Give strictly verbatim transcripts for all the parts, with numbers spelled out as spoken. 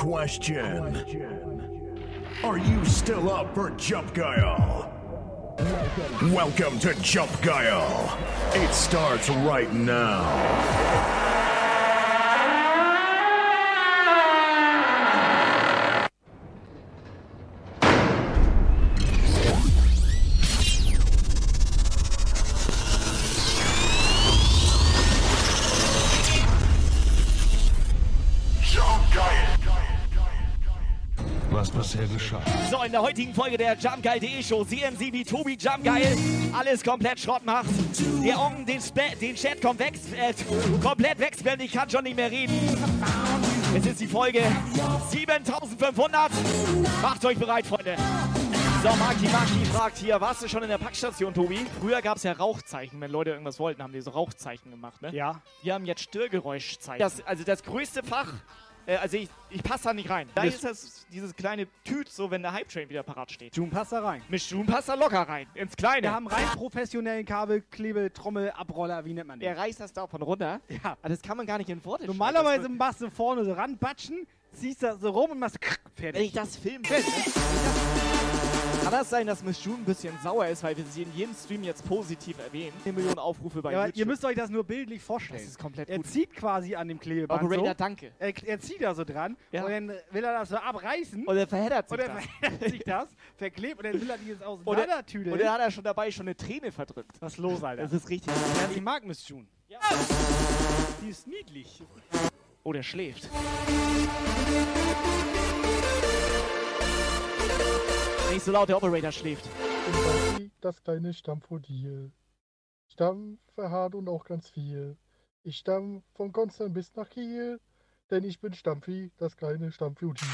question. Are you still up for Jump Guile? Welcome to Jump Guile. It starts right now. Was bisher geschah. So, in der heutigen Folge der Jump Guile punkt de Show sehen Sie, wie Tobi Jump Guile alles komplett Schrott macht. Der Ong den, Sp- den Chat kommt weg, äh, komplett wegspammt, ich kann schon nicht mehr reden. Es ist die Folge siebentausendfünfhundert. Macht euch bereit, Freunde. So, Maki Maki fragt hier, warst du schon in der Packstation, Tobi? Früher gab es ja Rauchzeichen, wenn Leute irgendwas wollten, haben die so Rauchzeichen gemacht, ne? Ja. Wir haben jetzt Störgeräuschzeichen. Das, also das größte Fach, äh, also ich, ich passe da nicht rein. Da ist das dieses kleine Tüt, so wenn der Hype-Train wieder parat steht. June passt da rein. Mit June passt da locker rein, ins Kleine. Wir haben rein professionellen Kabelklebe, Trommel, Abroller, wie nennt man den? Der reißt das davon runter. Ja. Aber das kann man gar nicht in Worte Normalerweise machst du vorne so ranbatschen, ziehst das so rum und machst fertig. Wenn ich das filmen will, ne? Kann das sein, dass Miss June ein bisschen sauer ist, weil wir sie in jedem Stream jetzt positiv erwähnen? Eine Million Aufrufe bei ja, YouTube. Ihr müsst euch das nur bildlich vorstellen. Das ist komplett er gut. zieht quasi an dem Klebeband Operator, so. danke. Er, er zieht da so dran Ja. und dann will er das so abreißen. Und er verheddert sich und dann das. verheddert sich das, verklebt und dann will er die jetzt Und er, auseinandertüdeln. und dann hat er schon dabei schon eine Träne verdrückt. Was ist los, Alter? Das ist richtig. Ja, ich mag Miss June. Ja. Die ist niedlich. Oh, der schläft. Nicht so laut, der Operator schläft. Ich das kleine Stammfodier. Stamm verharrt und auch ganz viel. Ich stamm von Konstanz bis nach Kiel, denn ich bin Stammvieh, das kleine Stammfodier.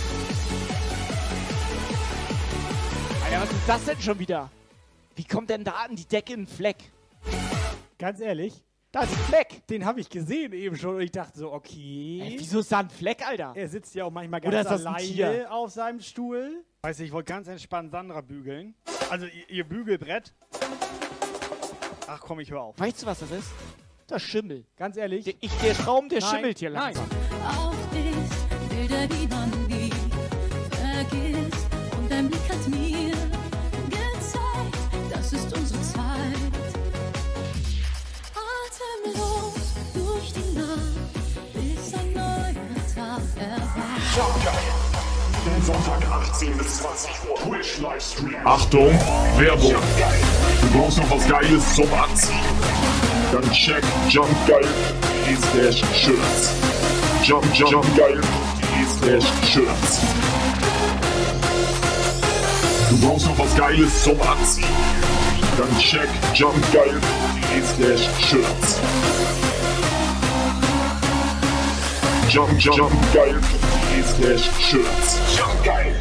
Alter, was ist das denn schon wieder? Wie kommt denn da an die Decke ein Fleck? Ganz ehrlich, Da ist ein Fleck. den habe ich gesehen eben schon und ich dachte so, okay. Ey, wieso ist da ein Fleck, Alter? Er sitzt ja auch manchmal Oder ganz ist das ein alleine Tier? auf seinem Stuhl. Weiß ich, ich wollte ganz entspannt Sandra bügeln. Also ihr, ihr Bügelbrett. Ach komm, ich hör auf. Weißt du, was das ist? Das Schimmel. Ganz ehrlich. Der, ich, der Schrauben, der Nein, schimmelt hier nein. langsam. Auf dich, Bilder, die man nie vergisst. Und dein Blick hat mir gezeigt, das ist unsere Zeit. Atemlos durch die Nacht, bis ein neuer Tag erwacht. Jump Guile. Sonntag achtzehn bis zwanzig Uhr Twitch Livestream. Achtung, Werbung. Du brauchst noch was Geiles zum Anziehen. Dann check Jump Guile punkt de slash shirts. Jump Jump Guile punkt de slash shirts. Du brauchst noch was Geiles zum Anziehen. Dann check Jump Guile punkt de slash shirts. Jump Jump Guile punkt de slash shirts. Jump Guile.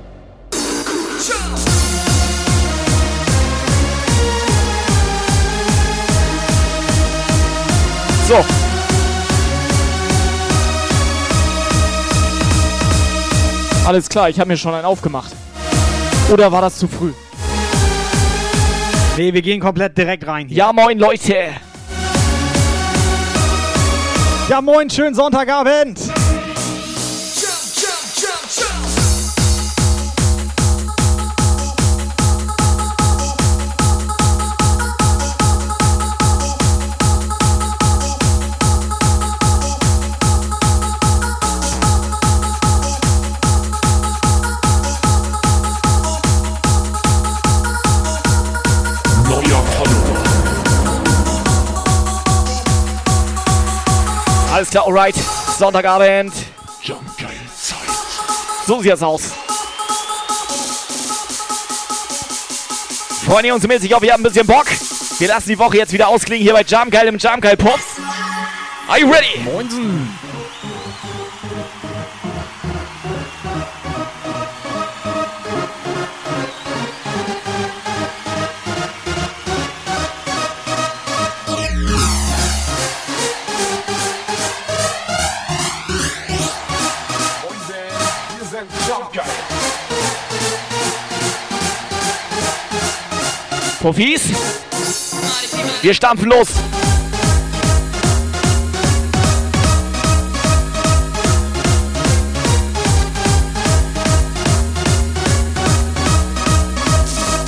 So. Alles klar, ich habe mir schon einen aufgemacht. Oder war das zu früh? Nee, wir gehen komplett direkt rein hier. Ja, moin Leute. Ja, moin, schönen Sonntagabend. Neuer Follower. Alles klar, alright. Sonntagabend. Jump Guile Zeit. So sieht es aus. Freunde und Mäßig, ich hoffe, ihr habt ein bisschen Bock. Wir lassen die Woche jetzt wieder ausklingen hier bei Jump Guile im Jump Guile Pups. Are you ready? Moinsen. Wir sind Jump Guile. Profis, wir stampfen los.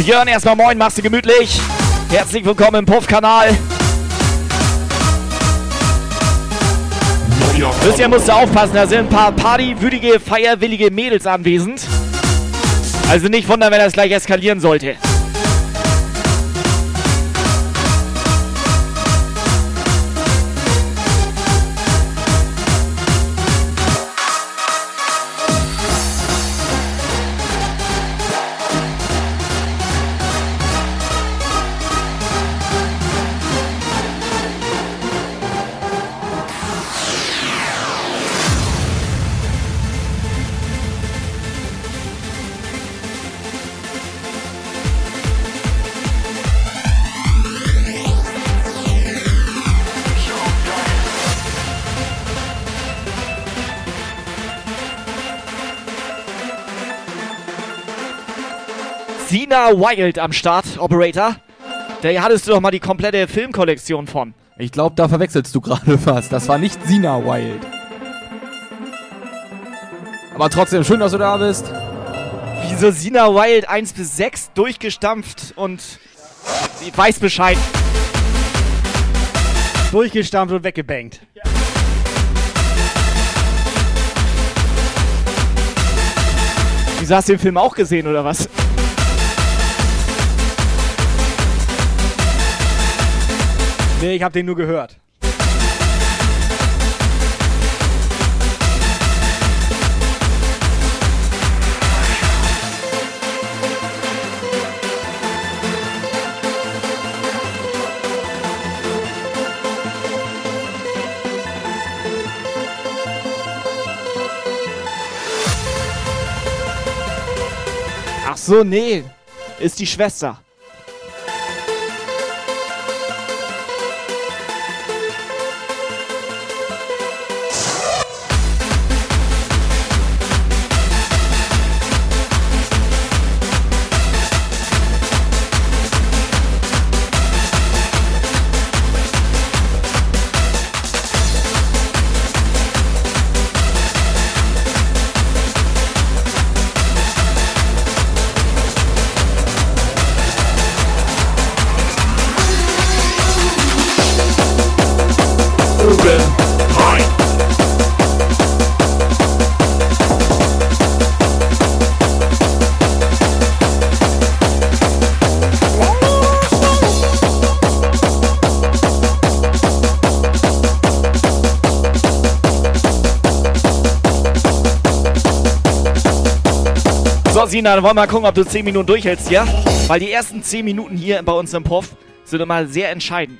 Björn, erstmal moin, machst du gemütlich. Herzlich willkommen im Puff-Kanal. Wisst ihr, musst du aufpassen, da sind ein paar partywütige, feierwillige Mädels anwesend. Also nicht wundern, wenn das gleich eskalieren sollte. Sina Wild am Start, Operator. Da hattest du doch mal die komplette Filmkollektion von. Ich glaube, da verwechselst du gerade was. Das war nicht Sina Wild. Aber trotzdem, schön, dass du da bist. Wieso Sina Wild eins bis sechs durchgestampft und sie weiß Bescheid. Durchgestampft und weggebankt. Ja. Wieso hast du den Film auch gesehen, oder was? Nee, ich hab den nur gehört. Ach so, nee. Ist die Schwester. So, Sina, dann wollen wir mal gucken, ob du zehn Minuten durchhältst, ja? Weil die ersten zehn Minuten hier bei uns im Puff sind immer sehr entscheidend.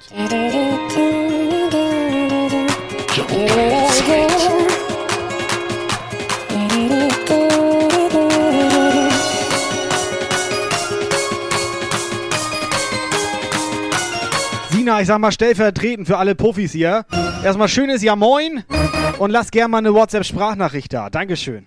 Sina, ich sag mal stellvertretend für alle Puffis hier. Erstmal schönes Ja Moin und lass gerne mal eine WhatsApp-Sprachnachricht da. Dankeschön.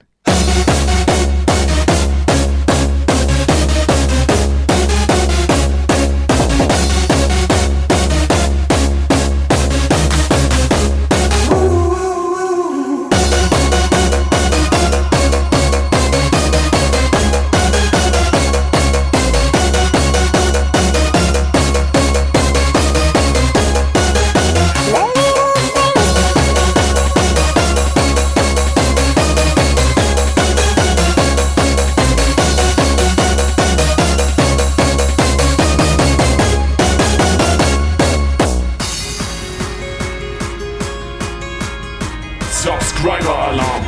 Subscriber-Alarm.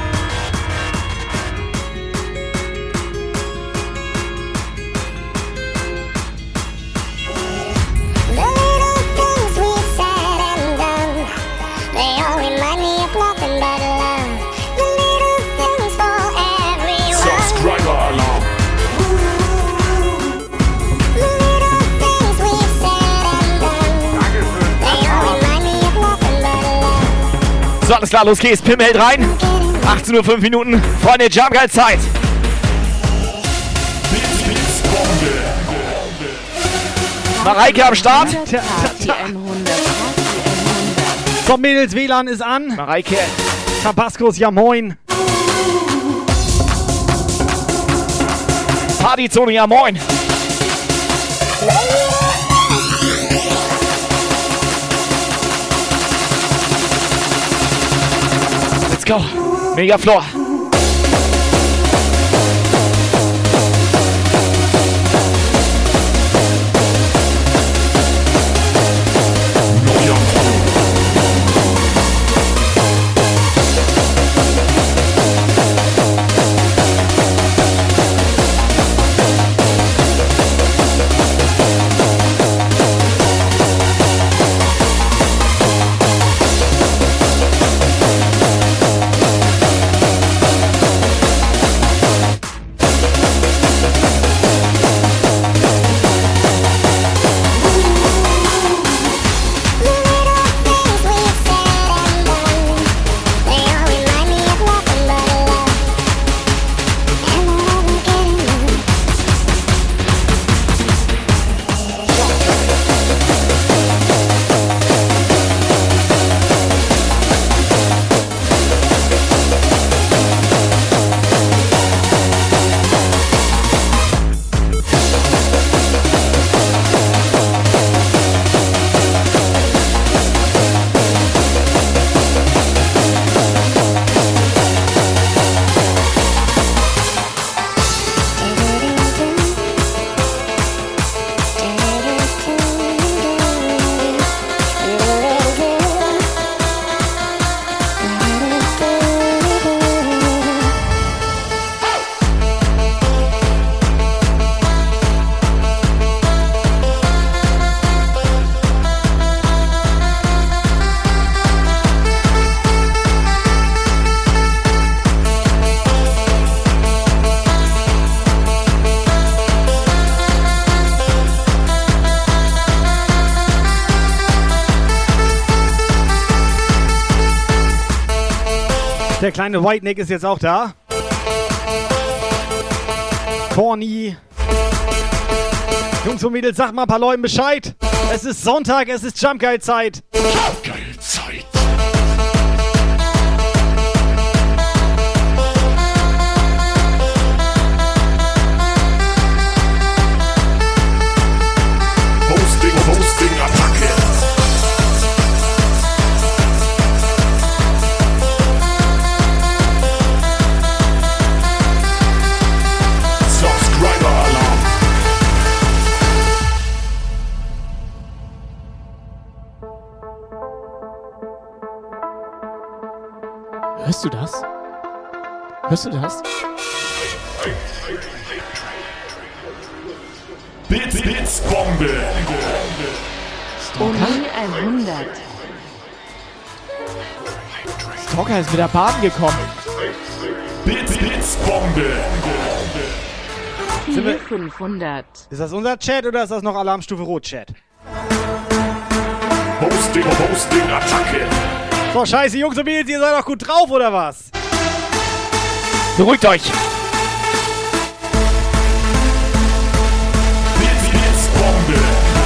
Subscriber-Alarm. So, alles klar, los geht's. Pim hält rein. achtzehn Uhr fünf Minuten. Freunde, Jump Guide Zeit. Mareike am Start. So, Mädels, W L A N ist an. Mareike. Tabascos, ja moin. Partyzone, ja moin. go. Mega Floor. Der kleine White Nick ist jetzt auch da. Corny. Jungs und Mädels, sagt mal ein paar Leuten Bescheid. Es ist Sonntag, es ist Jump Guide Zeit. Jump Guide Zeit. Hosting, Hosting, Attacke. Subscriber-Alarm. Hörst du das? Hörst du das? Bits, Bits, Bombe. Stalker? hundert. Stalker ist mit der Bahn gekommen. Bits, Bits, Bombe. Sind wir- fünfhundert. Ist das unser Chat oder ist das noch Alarmstufe Rot Chat? Hosting, Hosting, Attacke. So, scheiße, Jungs und Mädels, ihr seid doch gut drauf, oder was? Beruhigt euch. Bits, Bits, Bombe.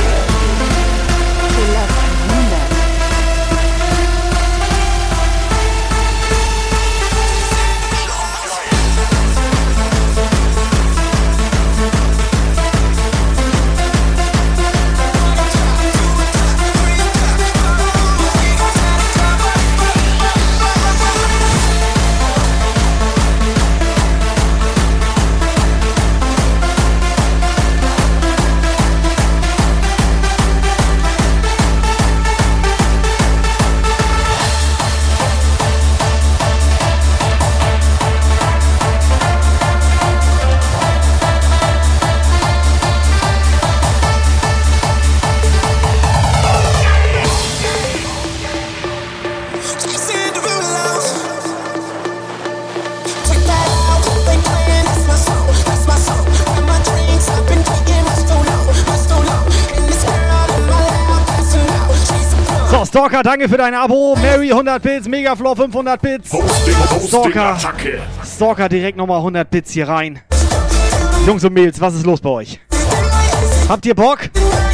So, Stalker, danke für dein Abo. Mary hundert Bits, Megafloor fünfhundert Bits. Hosting, Hosting, Stalker. Attacke. Stalker direkt nochmal hundert Bits hier rein. Jungs und Mädels, was ist los bei euch? Habt ihr Bock?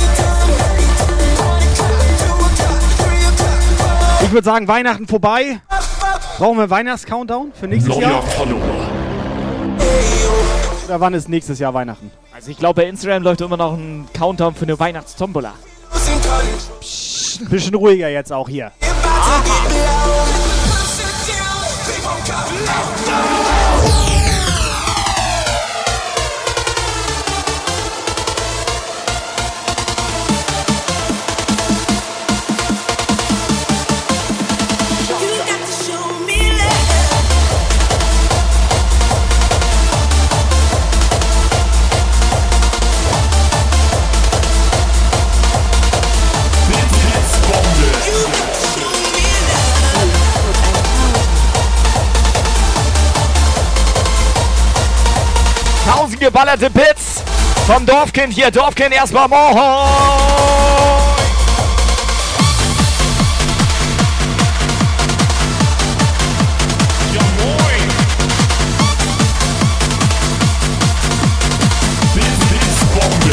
Ich würde sagen, Weihnachten vorbei. Brauchen wir einen Weihnachts-Countdown für nächstes Neuer Jahr? Follower. Oder wann ist nächstes Jahr Weihnachten? Also ich glaube, bei Instagram läuft immer noch ein Countdown für eine Weihnachtstombola. Psst, bisschen ruhiger jetzt auch hier. Geballerte Bits vom Dorfkind hier. Dorfkind erstmal moin. Ja moin. Bits, Bits, Bombe.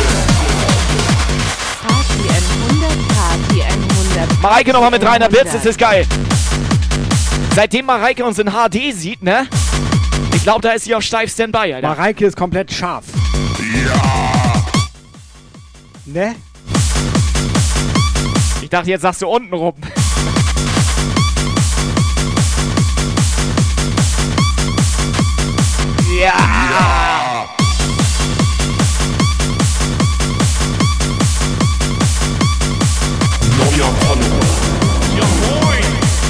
Party hundert, Party hundert. Mareike nochmal mit dreihundert Bits, das ist geil. Seitdem Mareike uns in H D sieht, ne? Ich glaube, da ist sie auf steif Standby, Alter. Mareike ist komplett scharf. Ja. Ne? Ich dachte, jetzt sagst du unten rum. Ja. Ja. Neuer Follower. Ja moin.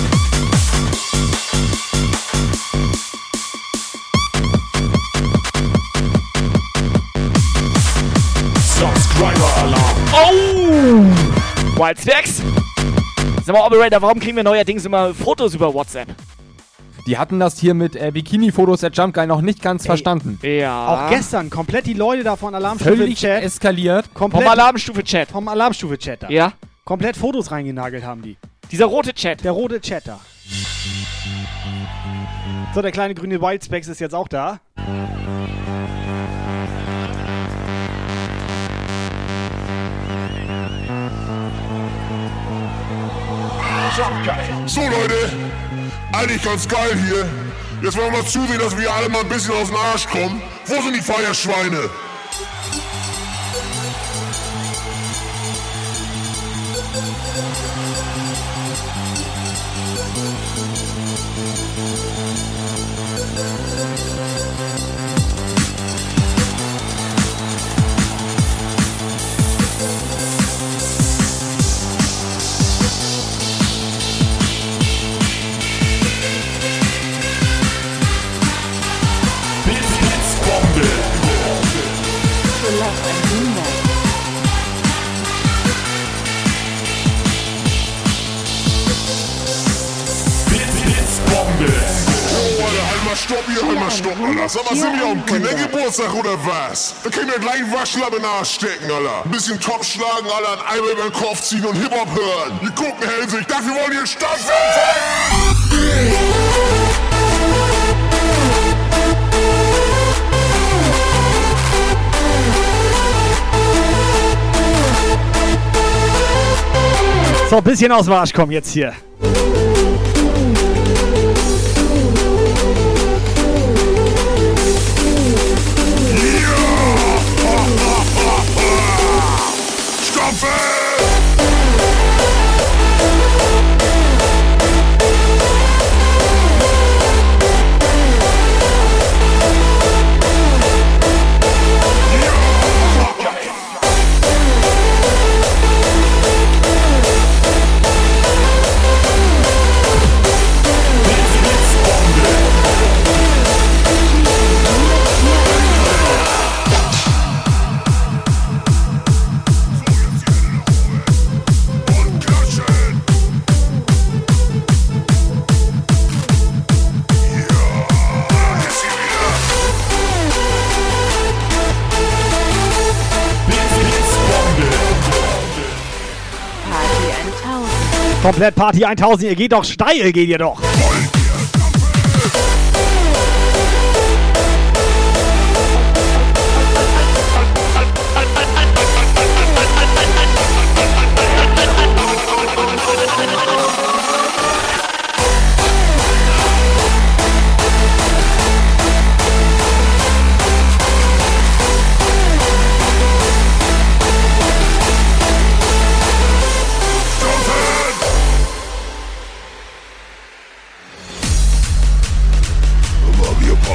Subscriber-Alarm. Oh! Wild Specs? Sag mal, Operator, warum kriegen wir neuerdings immer Fotos über WhatsApp? Die hatten das hier mit äh, Bikini-Fotos der Jump Guy noch nicht ganz Ey, verstanden. Ja. Auch gestern komplett die Leute da von Alarmstufe Völlig Chat. eskaliert. Komplett Vom Alarmstufe-Chat. Vom Alarmstufe-Chat da. Ja. Komplett Fotos reingenagelt haben die. Dieser rote Chat. Der rote Chat da. So, der kleine grüne Wildspecs ist jetzt auch da. So Leute, eigentlich ganz geil hier. Jetzt wollen wir mal zusehen, dass wir alle mal ein bisschen aus dem Arsch kommen. Wo sind die Feierschweine? Stopp hier, halt mal stopp, Alter. Sag mal, sind wir am Kindergeburtstag oder was? Da können wir gleich einen Waschlappen in den Arsch stecken, Alter. Ein bisschen Top schlagen, Alter, ein Eimer über den Kopf ziehen und Hip-Hop hören. Wir gucken hellsig, dafür wollen wir Stadt werden. So, ein bisschen aus dem Arsch kommen jetzt hier. Komplett Party tausend, ihr geht doch steil, geht ihr doch.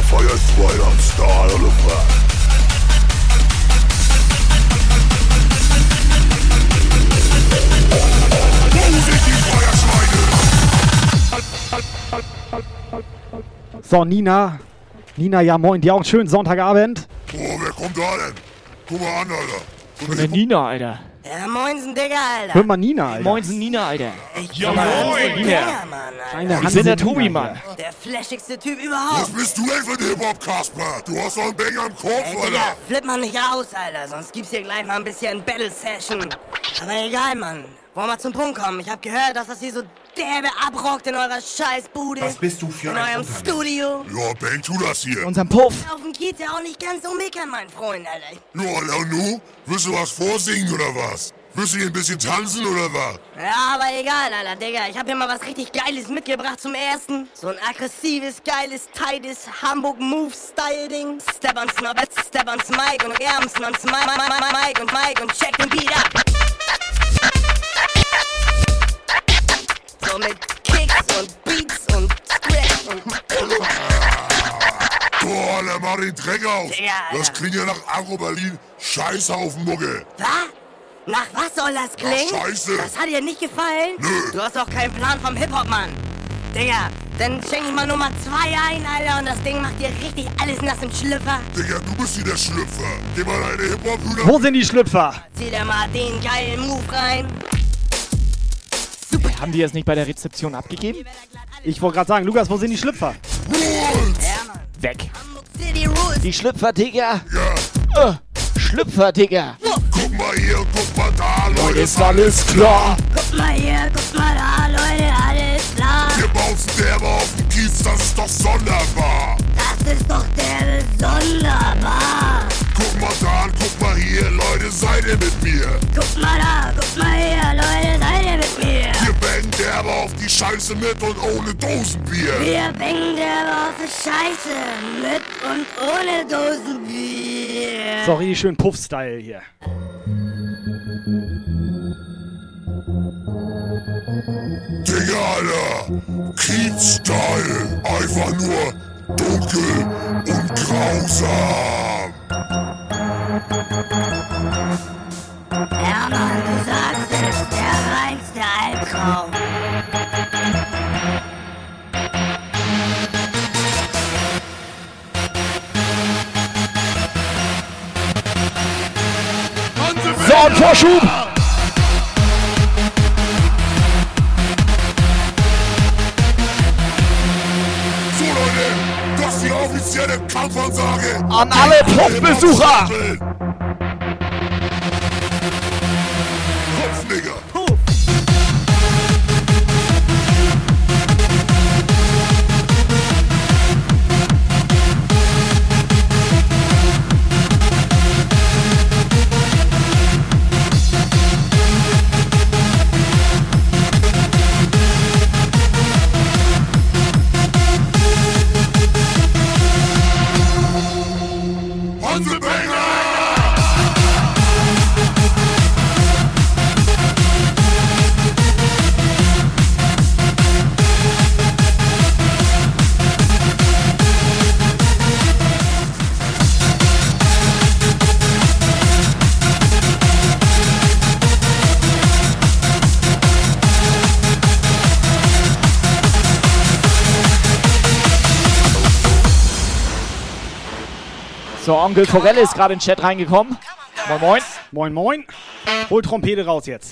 feierst Weihnachtsstar oder was? Wo sind die Feuerschweine? So, Nina. Nina, ja moin, dir auch einen schönen Sonntagabend. Oh, wer kommt da denn? Guck mal an, Alter. Von der Nina, Alter. Ja, moinsen, Digga, Alter. Hör mal Nina, Alter. Moinsen Nina, Alter. Ich Ja, bin moin. Hansi Nina. Dinger, Mann, Kleine Alter. Ich bin der Hansi Tobi, Nina, Mann. Alter. Der flashigste Typ Was überhaupt. bist du denn für ein Hip-Hop-Kasper? Du hast doch einen Banger im Kopf, Ey, Digga, Alter. flipp mal nicht aus, Alter. Sonst gibt's hier gleich mal ein bisschen Battle-Session. Aber egal, Mann. Wollen wir zum Punkt kommen? Ich hab gehört, dass das hier so derbe abrockt in eurer Scheißbude. Was bist du für In ein eurem Unternehmen? Studio. Ja, Bang, tu das hier. Unserem Puff. Auf dem Kiez ja auch nicht ganz so meckern, mein Freund, Alter. Ja, Alter, und nu? Willst du was vorsingen oder was? Willst du hier ein bisschen tanzen oder was? Ja, aber egal, Alter, Digga. Ich hab hier mal was richtig Geiles mitgebracht zum Ersten. So ein aggressives, geiles, tightes Hamburg-Move-Style-Ding. Step ans Norbert, step ans Mike und Ärmsten ans Mike, Mike und Mike und check den Beat ab. So mit Kicks und Beats und Scratch und... Boah, Alter, mach den Dreck auf. Digga, Das Alter. klingt ja nach Agro-Berlin. Scheißhaufen Mucke. Was? Nach was soll das klingen? Nach Scheiße. Das hat dir nicht gefallen? Nö. Du hast doch keinen Plan vom Hip-Hop, Mann. Digga, dann schenk ich mal Nummer zwei ein, Alter, und das Ding macht dir richtig alles nass im Schlüpfer. Digga, du bist hier der Schlüpfer. Geh mal deine Hip-Hop-Hühner. Wo sind die Schlüpfer? Zieh dir mal den geilen Move rein. Haben die jetzt nicht bei der Rezeption abgegeben? Ich wollte gerade sagen, Lukas, wo sind die Schlüpfer? Rules. Ja, Mann. Weg. Hamburg City Rules. Die Schlüpfer, Digga. Ja, Äh, Schlüpfer, Digga. guck mal hier, guck mal da, Leute. Ist alles klar. Guck mal hier, guck mal da, Leute, alles klar. Wir bouncen derbe auf den Kiez, das ist doch sonderbar. Das ist doch der sonderbar. Guck mal da, guck mal hier, Leute, seid ihr mit mir? Guck mal da, guck mal hier, Leute, seid ihr mit mir? Wir bangen derbe auf die Scheiße mit und ohne Dosenbier. Wir bängen der auf die Scheiße mit und ohne Dosenbier. So, richtig schön Puff-Style hier. Digga, Alter, Kiez-Style, einfach nur dunkel und grausam. Ja, Mann, du sagst es, der reinste Albtraum. So, ein Vorschub. So, Leute, das ist die offizielle Kampfansage An alle Puff-Besucher. Kopfnigger. Hansebanger! So, Onkel Forelle ist gerade in den Chat reingekommen. Moin, moin. Moin, moin. Hol Trompete raus jetzt.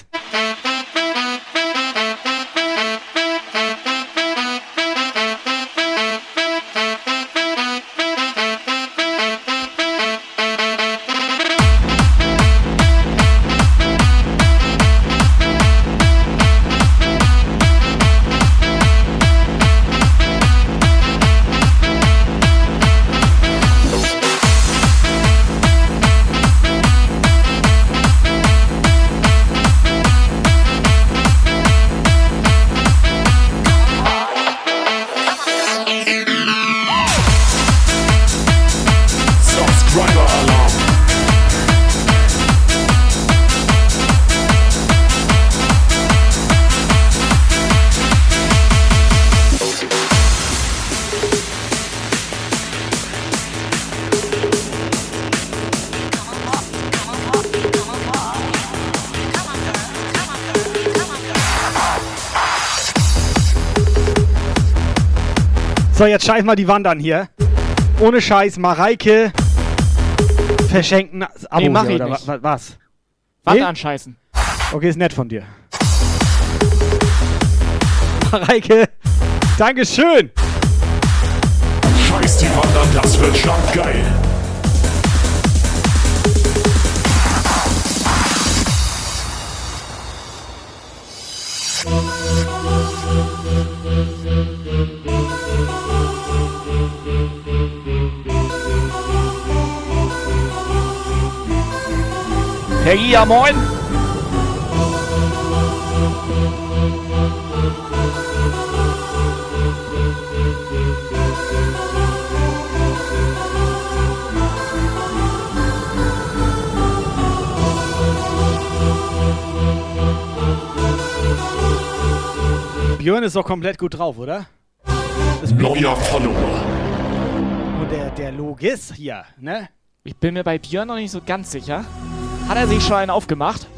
So, jetzt scheiß mal die Wand an hier. Ohne Scheiß, Mareike verschenken Abo. Nee, mach hier, ich oder nicht. wa- was? Wand Nee? anscheißen. Okay, ist nett von dir. Mareike, Dankeschön. Scheiß die Wand an, das wird geil. Hey, ja moin. Björn ist doch komplett gut drauf, oder? Neuer Follower. Und der, der Logis hier, ne? Ich bin mir bei Björn noch nicht so ganz sicher. Hat er sich schon einen aufgemacht?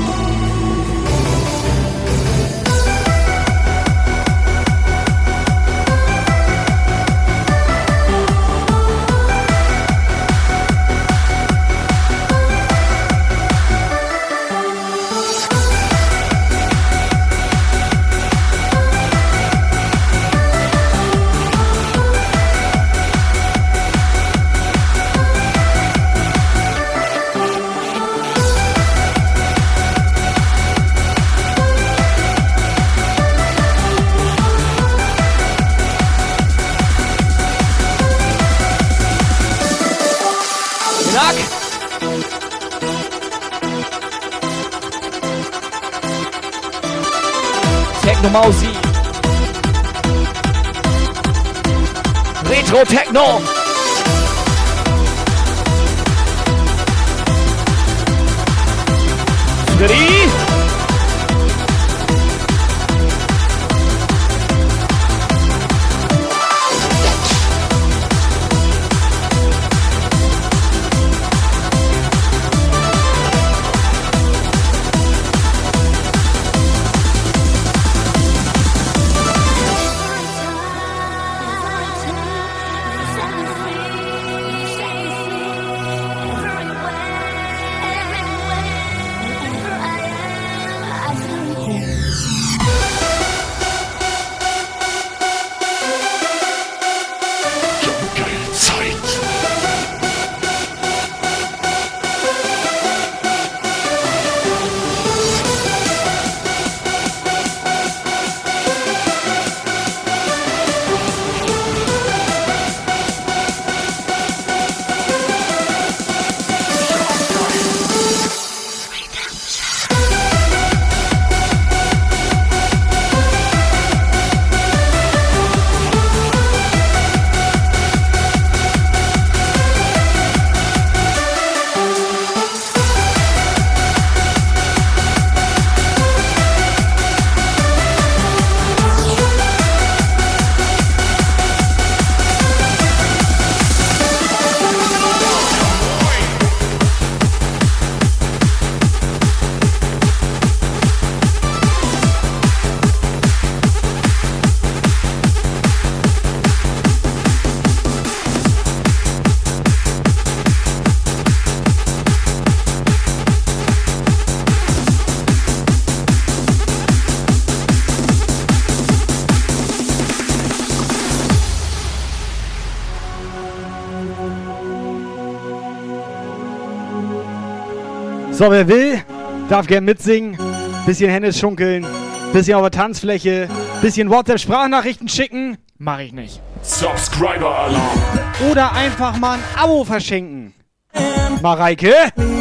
Techno Mausi. Retro Techno. Ready? So, wer will, darf gern mitsingen, bisschen Hände schunkeln, bisschen auf der Tanzfläche, bisschen WhatsApp-Sprachnachrichten schicken. Mach ich nicht. Subscriber-Alarm. Oder einfach mal ein Abo verschenken. Mareike?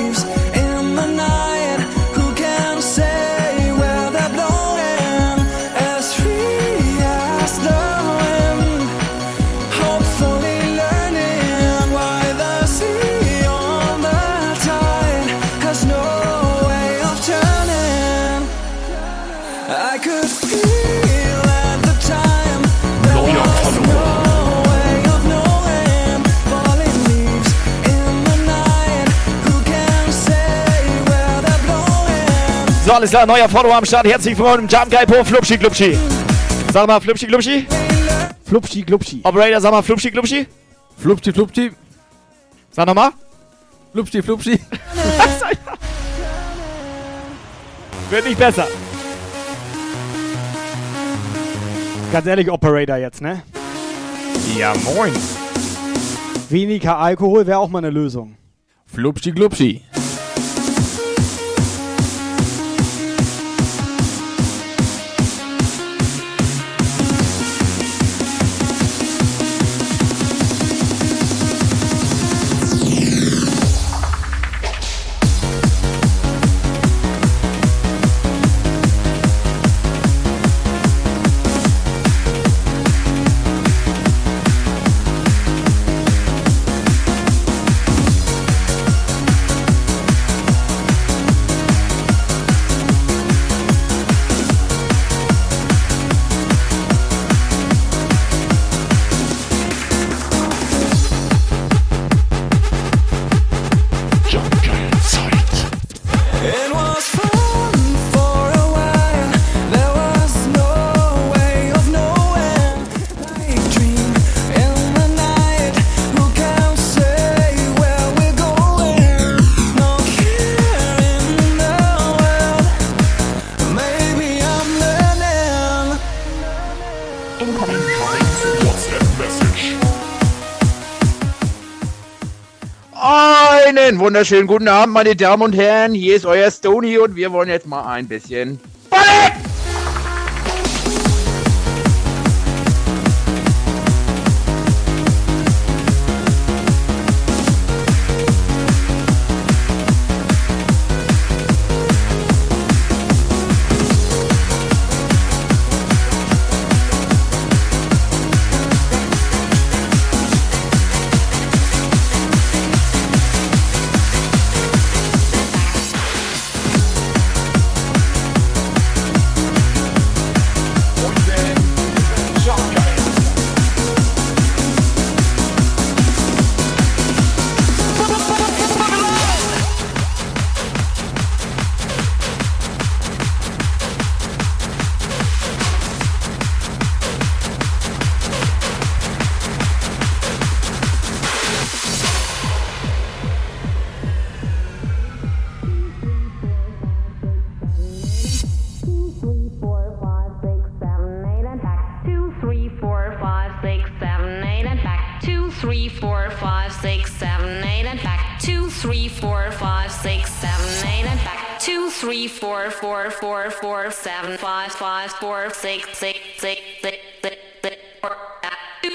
So, alles klar, neuer Follower am Start. Herzlich willkommen im Jump Guy Po Flupschi Glubschi. Sag mal, Flupschi Glubschi. Flupschi, glupschi. Operator, sag mal Flupschi, glupschi. Flupschi, flupschi. Sag nochmal. Flupschi, flupschi. Wird nicht besser. Ganz ehrlich, Operator jetzt, ne? Ja, moin. Weniger Alkohol wäre auch mal eine Lösung. Flupschi, glupschi. Einen wunderschönen guten Abend, meine Damen und Herren. Hier ist euer Stony und wir wollen jetzt mal ein bisschen Ballett! Seven, five, five, four, six, six, six, six, six, six, four, two,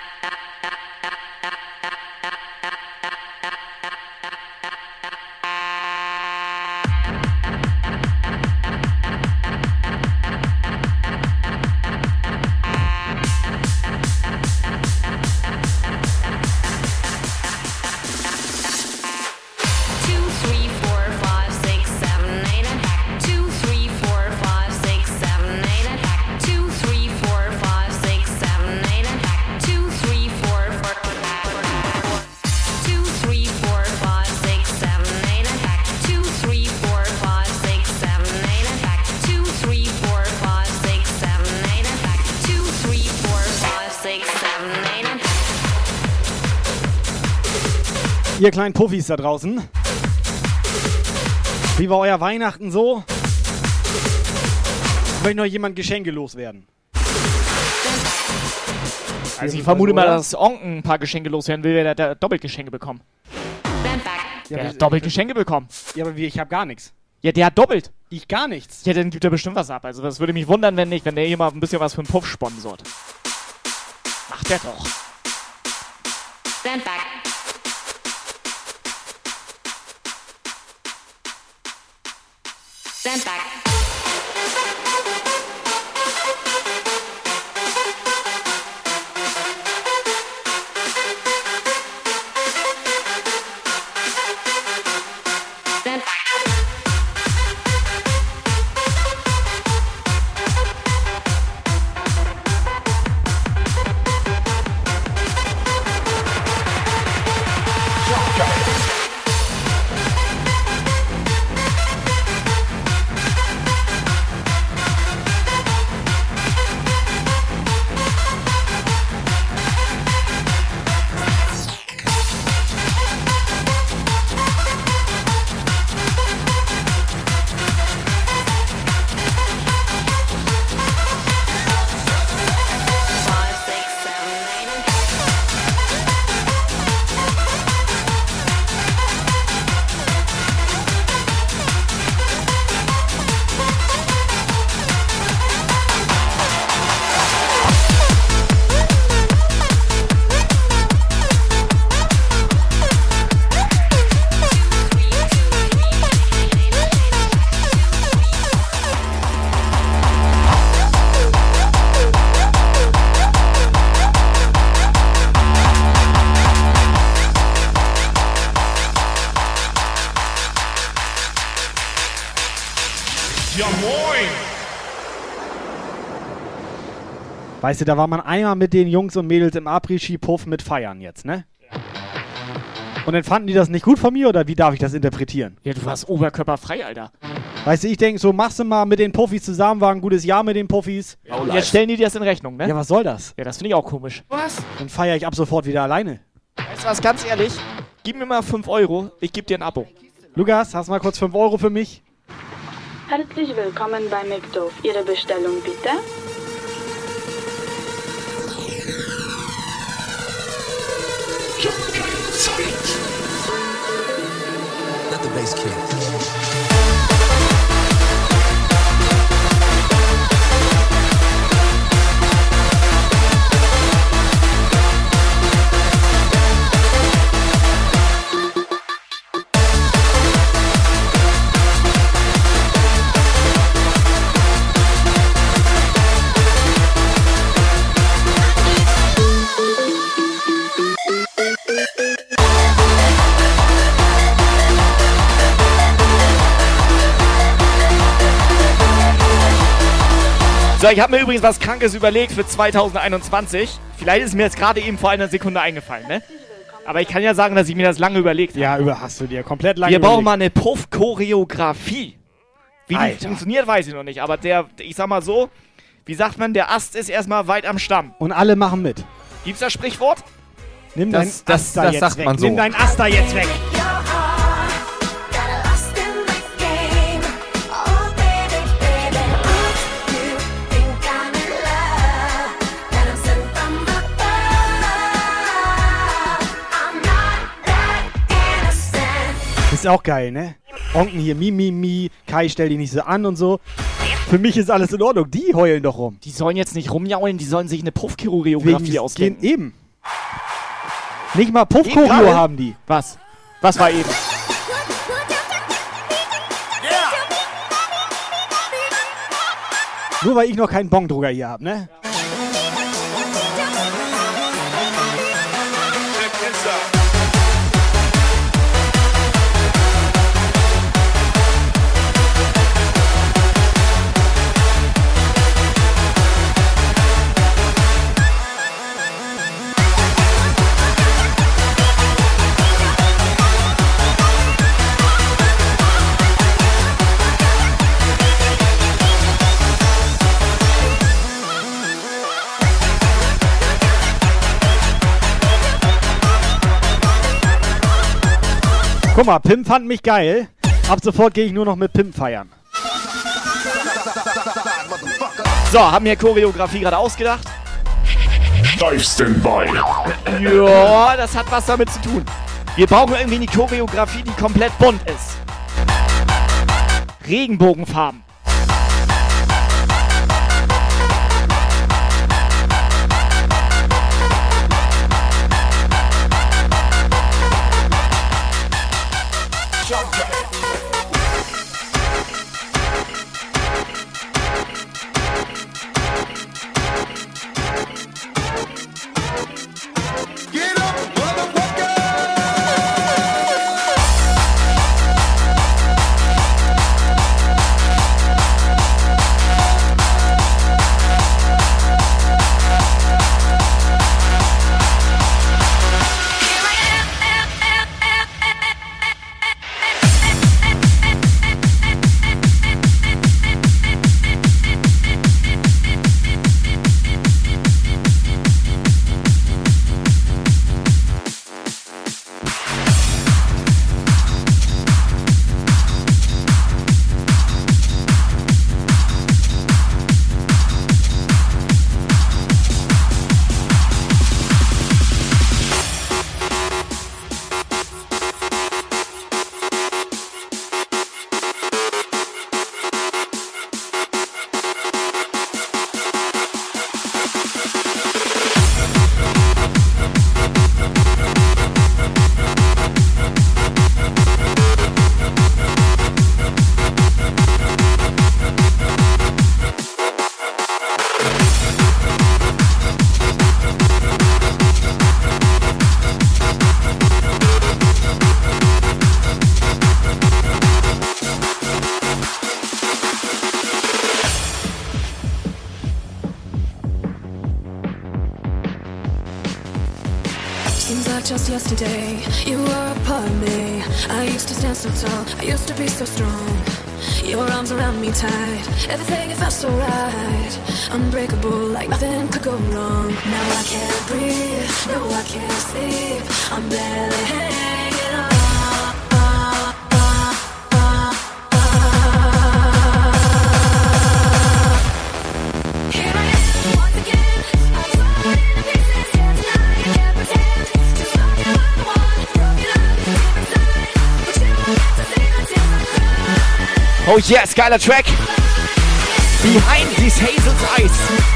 Ihr kleinen Puffis da draußen. Wie war euer Weihnachten so? Möchte noch jemand Geschenke loswerden? Also ich vermute mal, dass Onken ein paar Geschenke loswerden will, der hat doppelt Geschenke bekommen. Der hat doppelt Geschenke bekommen. Ja, aber wie, ich habe gar nichts. Ja, der hat doppelt. Ich gar nichts. Ja, dann gibt er bestimmt was ab. Also das würde mich wundern, wenn nicht, wenn der hier mal ein bisschen was für einen Puff sponsort. Macht der doch. Stand back. Stand back. Stand back. Weißt du, da war man einmal mit den Jungs und Mädels im Après-Ski-Puff mit feiern jetzt, ne? Ja. Und dann fanden die das nicht gut von mir, oder wie darf ich das interpretieren? Ja, du warst oberkörperfrei, Alter. Weißt du, ich denke, so machst du mal mit den Puffis zusammen, war ein gutes Jahr mit den Puffis. Ja, und jetzt stellen die dir das in Rechnung, ne? Ja, was soll das? Ja, das finde ich auch komisch. Was? Dann feiere ich ab sofort wieder alleine. Weißt du was, ganz ehrlich, gib mir mal fünf Euro, ich gebe dir ein Abo. Lukas, hast du mal kurz fünf Euro für mich? Herzlich willkommen bei McDoof. Ihre Bestellung bitte? Let the bass kick. So, ich habe mir übrigens was Krankes überlegt für zweitausendeinundzwanzig. Vielleicht ist mir jetzt gerade eben vor einer Sekunde eingefallen, ne? Aber ich kann ja sagen, dass ich mir das lange überlegt habe. Ja, über hast du dir komplett lange Wir überlegt. brauchen mal eine Puff-Choreografie. Wie Alter. die funktioniert, weiß ich noch nicht. Aber der, ich sag mal so, wie sagt man, der Ast ist erstmal weit am Stamm. Und alle machen mit. Gibt's das Sprichwort? Nimm Das- dein das- Ast da das jetzt sagt weg. man so. Nimm dein Ast da jetzt weg. Ist auch geil, ne? Onken hier, mi, mi, mi, Kai, stell dich nicht so an und so. Für mich ist alles in Ordnung. Die heulen doch rum. Die sollen jetzt nicht rumjaulen, die sollen sich eine Wegen Puff-Choreografie des- ausdenken. gehen eben. Nicht mal Eben Puff-Choreo gerade? haben die. Was? Was war eben? Nur weil ich noch keinen Bongdrucker hier habe, ne? Guck mal, Pim fand mich geil. Ab sofort gehe ich nur noch mit Pim feiern. So, haben wir Choreografie gerade ausgedacht? Live Standby. Ja, das hat was damit zu tun. Wir brauchen irgendwie eine Choreografie, die komplett bunt ist. Regenbogenfarben. just yesterday. You were a part of me. I used to stand so tall. I used to be so strong. Your arms around me tight. Everything, it felt so right. Unbreakable, like nothing could go wrong. Now I can't breathe. No, I can't sleep. I'm barely hanging on. Oh yes, geiler Track. Behind these Hazel's Eyes.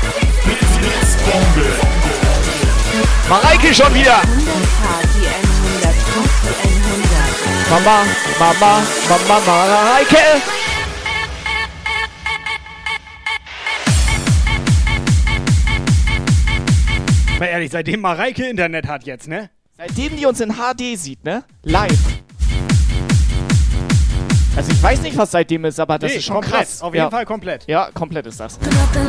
Mareike schon wieder. Mama, Mama, Mama, Mareike. Mal ehrlich, seitdem Mareike Internet hat jetzt, ne? Seitdem die uns in H D sieht, ne? Live. Also ich weiß nicht, was seitdem ist, aber das nee, ist schon komplett. krass. Auf jeden ja. Fall komplett. Ja, komplett ist das.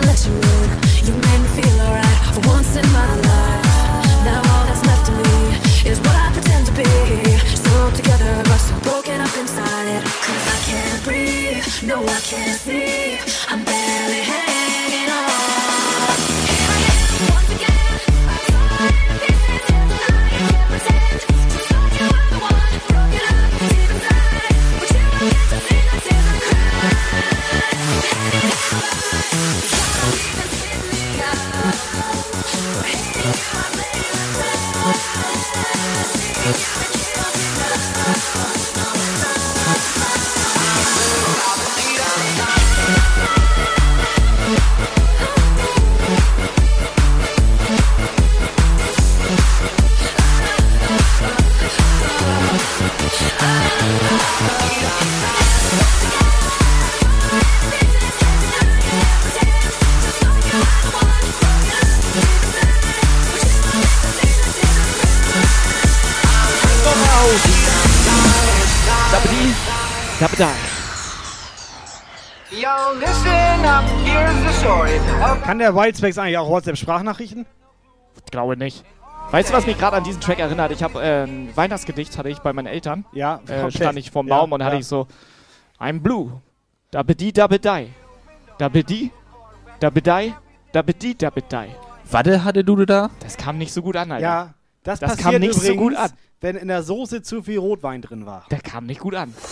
Kann der Wildspecs eigentlich auch WhatsApp-Sprachnachrichten? Ich glaube nicht. Weißt du, was mich gerade an diesen Track erinnert? Ich habe äh, ein Weihnachtsgedicht hatte ich bei meinen Eltern. Ja. Äh, stand ich vorm Baum ja, und hatte ja. ich so I'm blue. Da bedi da bedei. Da bedi da bedei. Da bedi da bedei. Warte, hatte du da? Das kam nicht so gut an, Alter. Ja, das, das passiert kam nicht übrigens, so gut an. Wenn in der Soße zu viel Rotwein drin war. Der kam nicht gut an.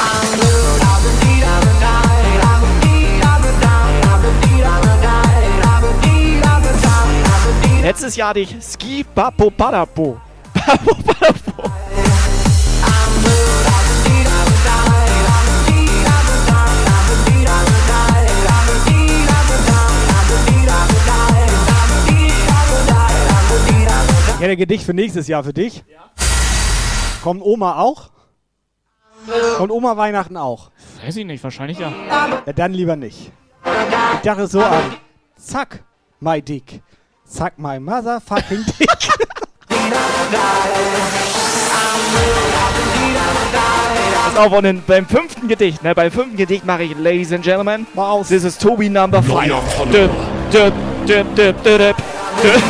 Letztes Jahr hatte ich Ski Bapo Badapo. Bapo Badapo. Ja, der Gedicht für nächstes Jahr für dich. Ja. Kommt Oma auch? Und Oma Weihnachten auch? Weiß ich nicht, wahrscheinlich ja. Ja, dann lieber nicht. Ich dachte so an. Zack, my dick. Zack, my motherfucking dick. Pass auf, und in, beim fünften Gedicht, ne, beim fünften Gedicht mache ich, Ladies and Gentlemen, mal aus. This is Tobi Number five. Dip, dip, dip, dip, dip, dip, dip.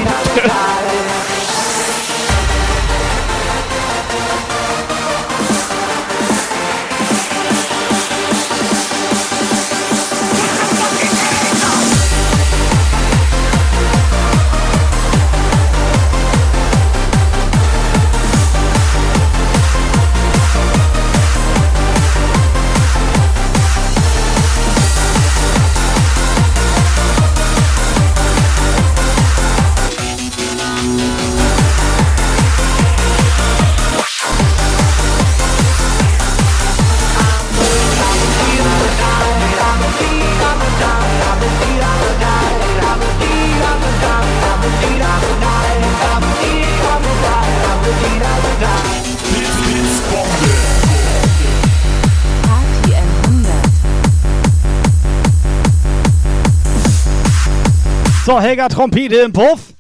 So, Helga, Trompete im Puff.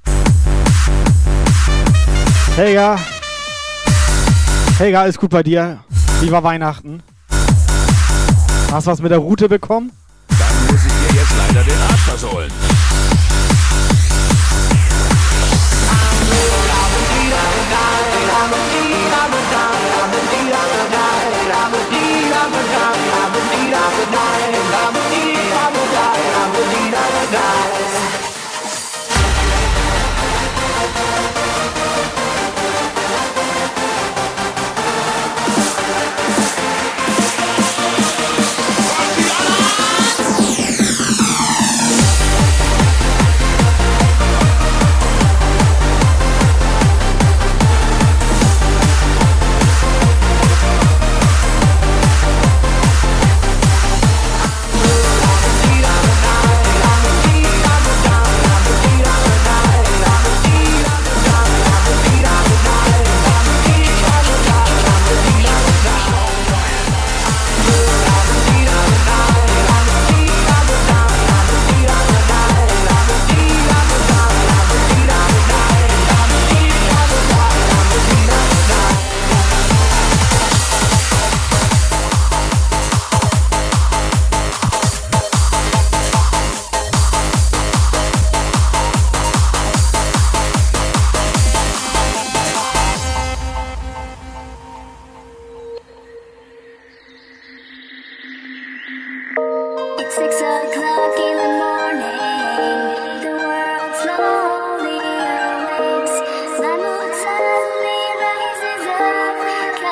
Helga. Helga, alles gut bei dir? Wie war Weihnachten? Hast du was mit der Route bekommen? Dann muss ich dir jetzt leider den Arsch versohlen.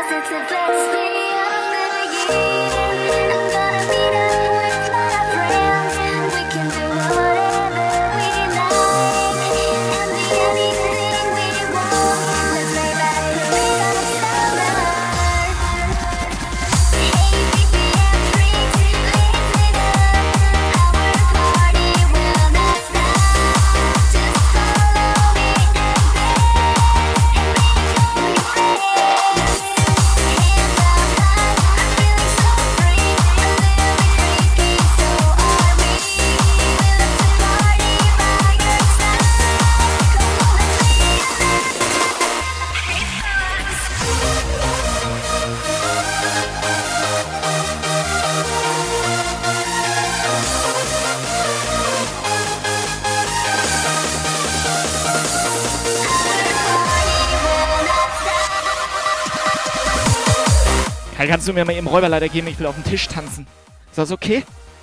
Kai, kannst du mir mal eben Räuberleiter geben? Ich will auf den Tisch tanzen. Ist das okay?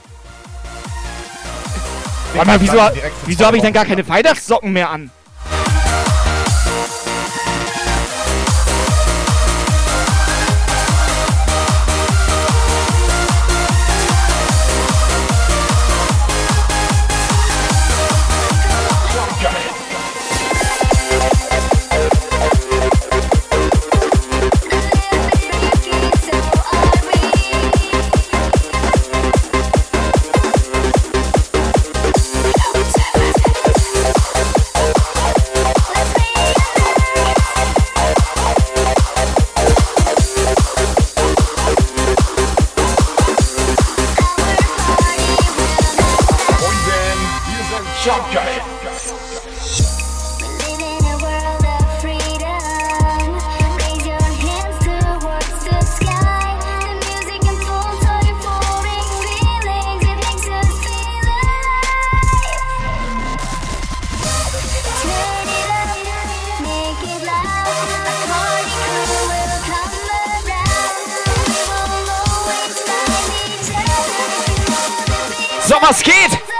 Warte mal, wieso, wieso habe ich denn gar keine Weihnachtssocken mehr an? So, was geht?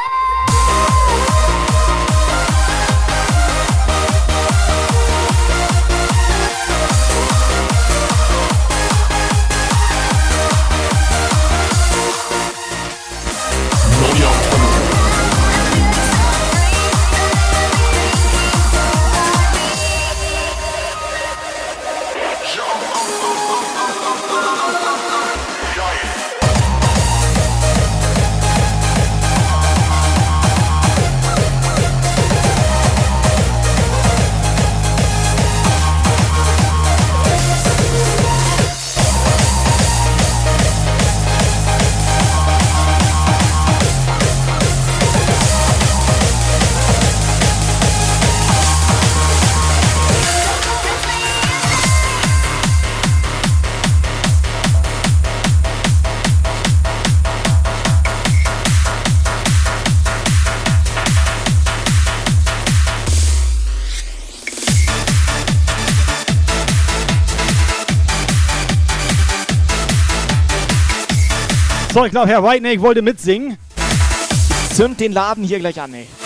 So, ich glaube, Herr Whiteneck wollte mitsingen. Zünd den Laden hier gleich an, ey.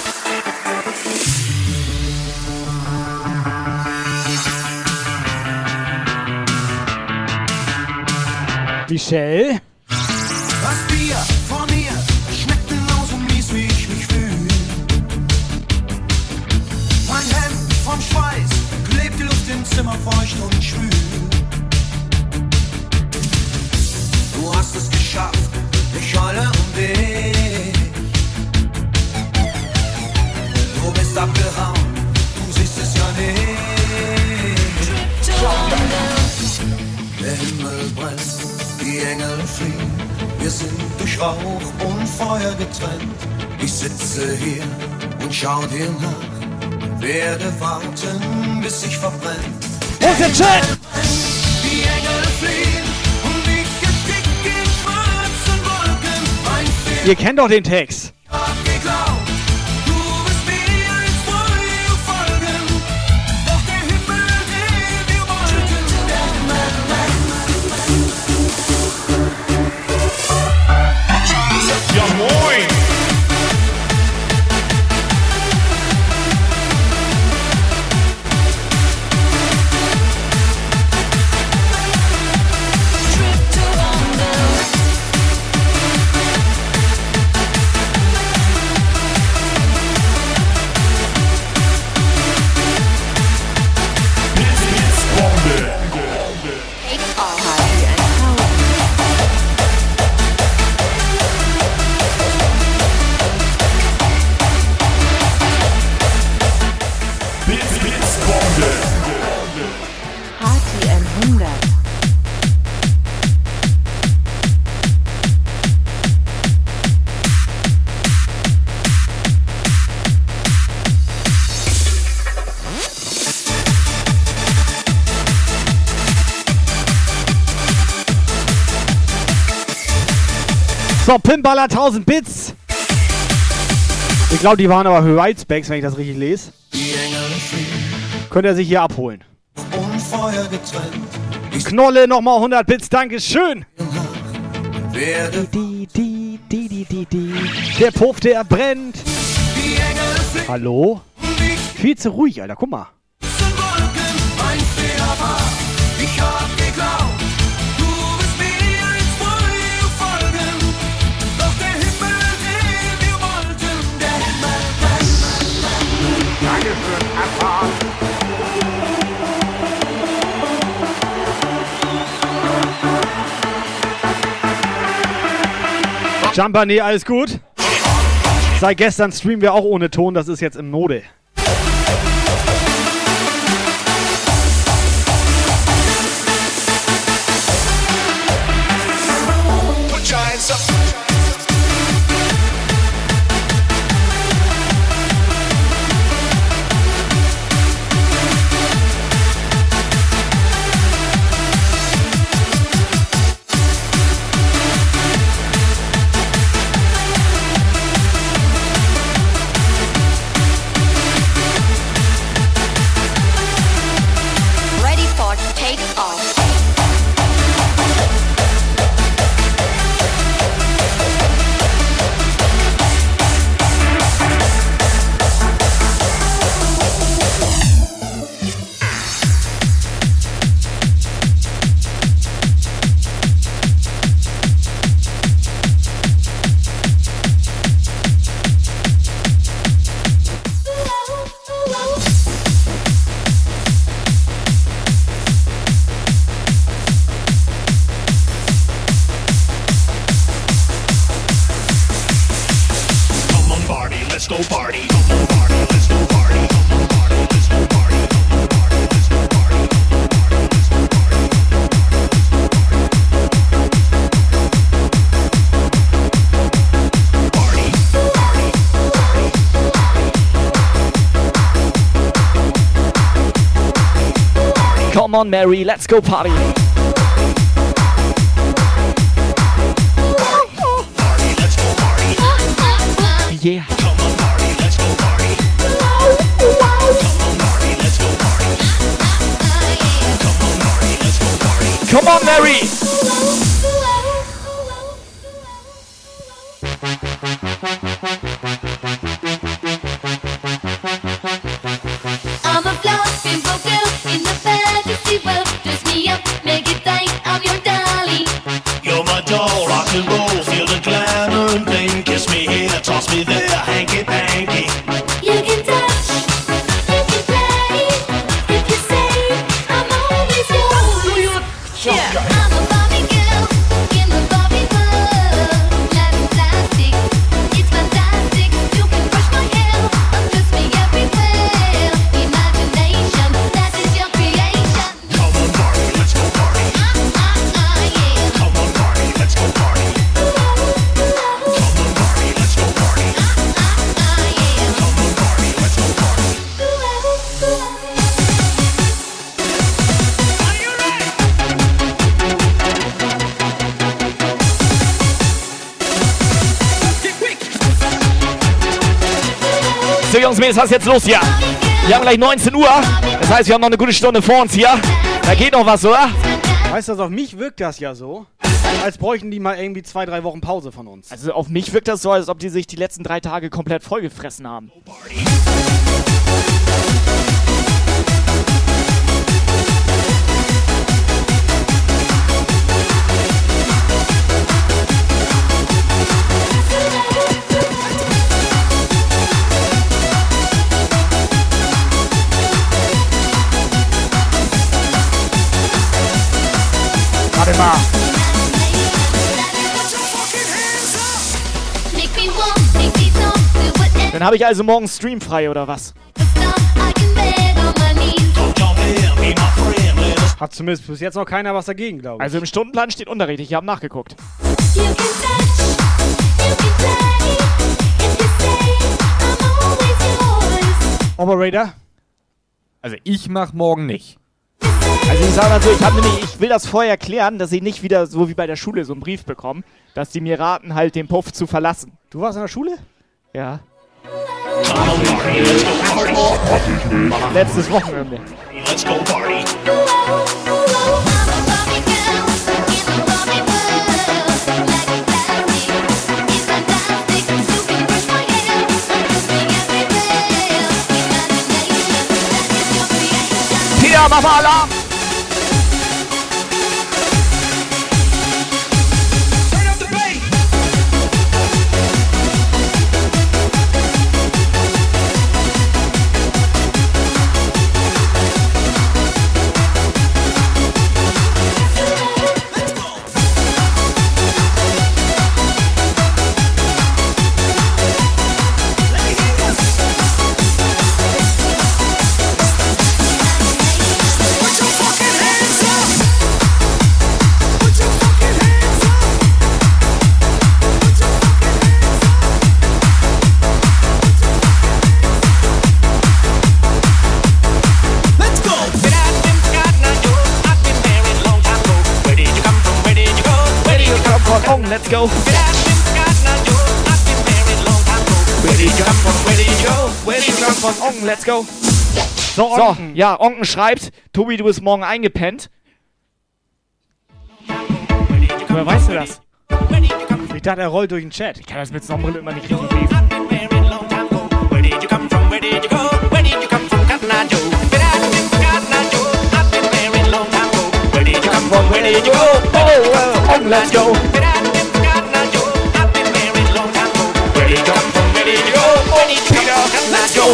Michelle? Das Bier von mir schmeckt genauso mies, wie ich mich fühle. Mein Hemd vom Schweiß klebt die Luft im Zimmer feucht und schwül. Du hast es geschafft, ich heule um dich. Du bist abgehauen, du siehst es ja nicht. Der Himmel brennt, die Engel fliehen. Wir sind durch Rauch und Feuer getrennt. Ich sitze hier und schau dir nach und werde warten, bis ich verbrenne. Wo ist der Chat? Die Engel fliehen und ich erstick in schwarzen Wolken. Mein Fehler. Ihr kennt doch den Text. Ja moin! hundert. So, Pimballer tausend Bits. Ich glaube, die waren aber Horizon-Specs, wenn ich das richtig lese. Könnt ihr sich hier abholen. Knolle nochmal hundert Bits, Dankeschön. Die, die, die, die, die, die. Der Puff, der brennt. Hallo? Viel zu ruhig, Alter, guck mal. Ich hab geglaubt, du bist mir, jetzt wollen wir folgen. Doch der Himmel, den wir wollten, der Himmel brennt. Danke fürs Abfahren. Jumper, nee, alles gut. Seit gestern streamen wir auch ohne Ton, das ist jetzt im Mode. Come on, Mary, let's go party. Yeah. Come on, party, let's go party. Come on, party, let's go party. Come on, party, let's go party. Come on, Mary. I'm a floating vocal in the fantasy world. Dress me up, make it tight, I'm your darling. You're my doll, rock and roll, feel the glamour and bling. Kiss me here, toss me there, hanky panky. You can touch, you can play. If you say I'm always yours. Yeah, I'm a Barbie girl in the Barbie world. Life is plastic, it's fantastic. You can brush my hair, undress me everywhere. Imagination, that is your creation. Come on, party, let's go party. Ah, ah, ah, yeah. Come on, party, let's go party. Come on, party, let's go party. Ah, ah, yeah. Come on, party, let's go party. So Jungs, Mädels, was ist jetzt los hier? Wir haben gleich neunzehn Uhr. Das heißt, wir haben noch eine gute Stunde vor uns hier. Da geht noch was, oder? Weißt du, auf mich wirkt das ja so, als bräuchten die mal irgendwie zwei, drei Wochen Pause von uns. Also auf mich wirkt das so, als ob die sich die letzten drei Tage komplett vollgefressen haben. Warte mal. Make me want, make me talk, do whatever. Dann habe ich also morgen Stream frei, oder was? I can beg on my knees. Don't jump in, be my friend, let us Hat zumindest bis jetzt noch keiner was dagegen, glaube ich. Also im Stundenplan steht Unterricht, ich habe nachgeguckt. Operator? Also ich mach morgen nicht. Also ich sage mal so, ich, hab nämlich, ich will das vorher klären, dass ich nicht wieder so wie bei der Schule so einen Brief bekomme, dass die mir raten, halt den Puff zu verlassen. Du warst in der Schule? Ja. Letztes Wochenende. Let's go party. Peter, mach mal Alarm! Let's go. Where did you come from? Where did you go? Where did you come from? Onken, let's go. So, so Onken. ja, Onken schreibt, Tobi, du bist morgen eingepennt. Woher weißt du das? Ich dachte, er rollt durch den Chat. Ich kann das mit Sonnenbrille immer nicht richtig lesen. Where did you come from? Where did you go? Where did you come from? Cotton Eye Joe. I've been married a long time ago. Where did you come from? Where did you go? Oh, well, Onken, let's go. Let's go.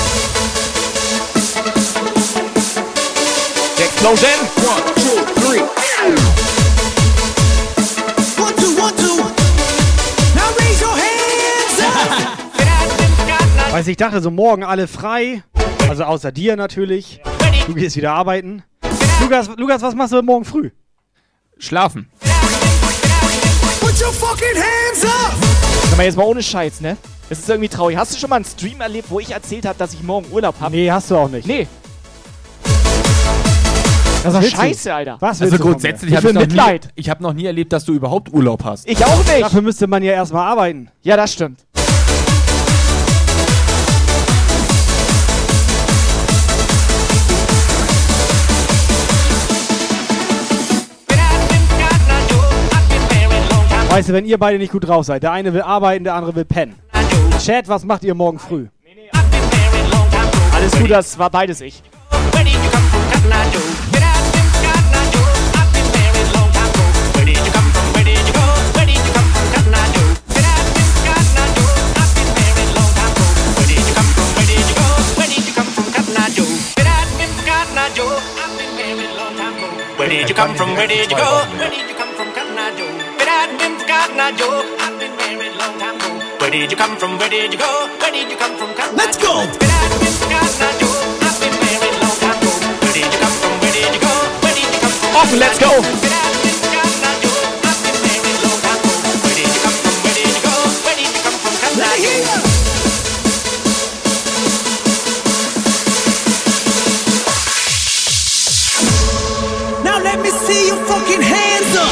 The explosion. One, two, three. One, two, one, two. Now raise your hands up. Weiß ich dachte, so morgen alle frei. Also außer dir natürlich. Du gehst wieder arbeiten. Lukas, Lukas, was machst du morgen früh? Schlafen. Put your fucking hands up. Sag mal jetzt mal ohne Scheiß, ne? Das ist irgendwie traurig. Hast du schon mal einen Stream erlebt, wo ich erzählt habe, dass ich morgen Urlaub habe? Nee, hast du auch nicht. Nee. Das ist willst doch scheiße, du? Alter. Was willst Also du von grundsätzlich mir? habe ich, noch Mitleid. nie- ich hab noch nie erlebt, dass du überhaupt Urlaub hast. Ich auch nicht. Dafür müsste man ja erstmal arbeiten. Ja, das stimmt. Weißt du, wenn ihr beide nicht gut drauf seid, der eine will arbeiten, der andere will pennen. Chat, was macht ihr morgen früh? Alles gut, das war beides ich. Where did you come from? Cotton Eye Joe. I've been married a long time ago. Where did you come from? Where did you go? Where did you come from? Cotton Eye Joe. I've been married a long time ago. Where did you come from? Where did you go? Where did you come from? Cotton Eye Joe. I've been married a long time ago. Where did you come from? Where did you go? Where did you come from? Cotton Eye Joe. I've been married a long time ago. Where did you come from? Where did you go? Where did you come from? Cotton Eye Joe. Let's go. Offen, let's go. Now let me see your fucking hands up.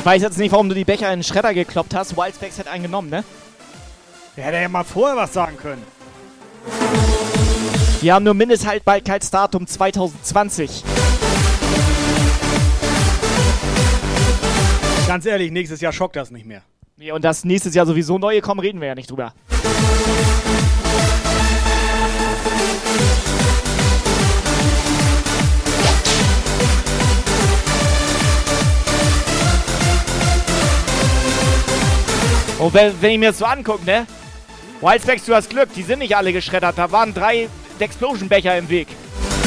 Ich weiß jetzt nicht, warum du die Becher in den Schredder gekloppt hast. Wildspecs hat einen genommen, ne? Der hätte ja mal vorher was sagen können. Die haben nur Mindesthaltbarkeitsdatum zwanzig zwanzig. Ganz ehrlich, nächstes Jahr schockt das nicht mehr. Nee, und dass nächstes Jahr sowieso neue kommen, reden wir ja nicht drüber. Und wenn, wenn ich mir das so angucke, ne? Wildspecs, du hast Glück, die sind nicht alle geschreddert. Da waren drei Explosion-Becher im Weg.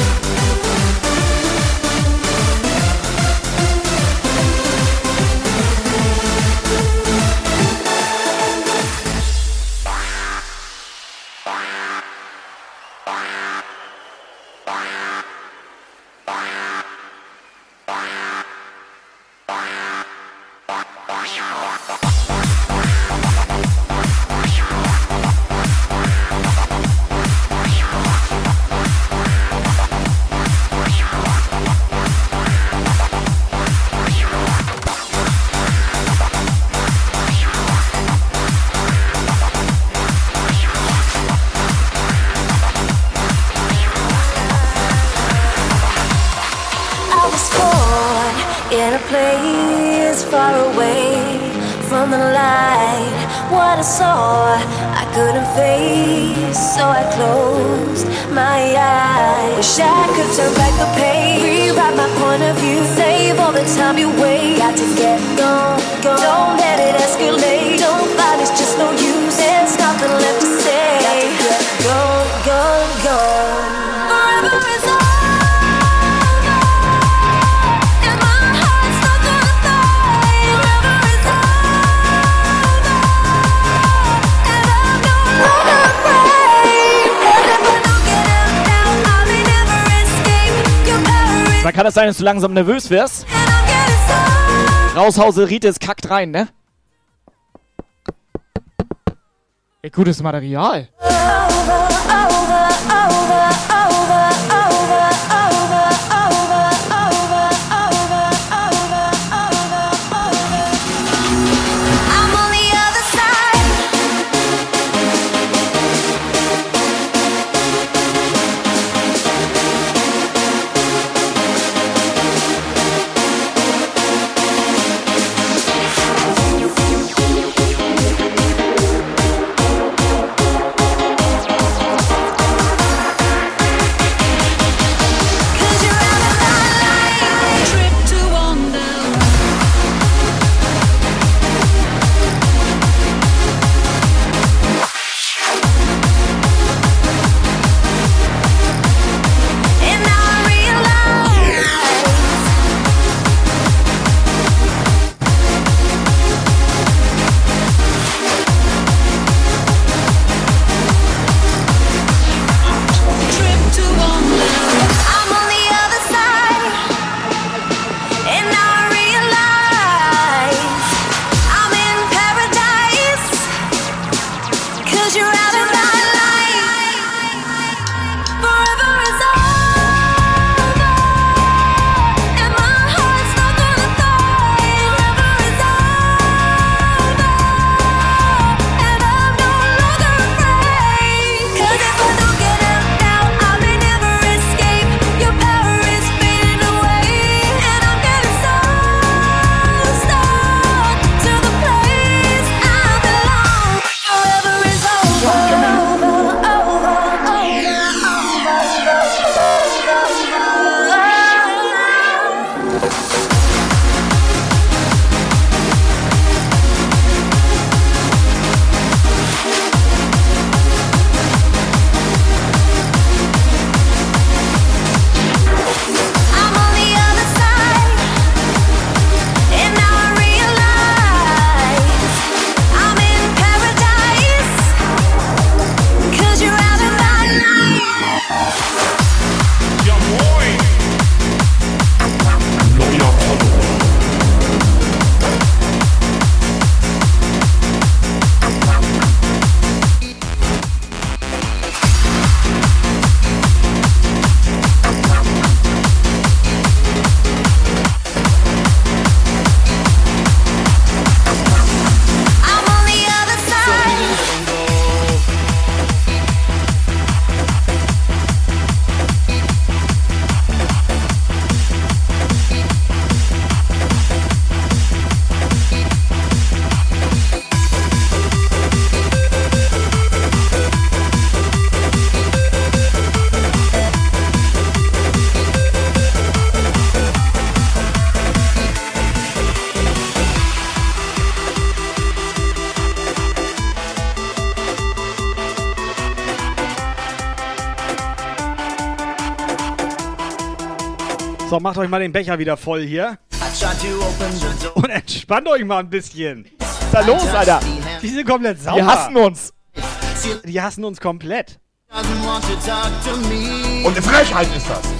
Kann das sein, dass du langsam nervös wirst? Raushause Rites kackt rein, ne? Ey, gutes Material. So, macht euch mal den Becher wieder voll hier. Und entspannt euch mal ein bisschen. Was ist da los, Alter? Die sind komplett sauer. Die hassen uns. Die hassen uns komplett. Und eine Frechheit ist das.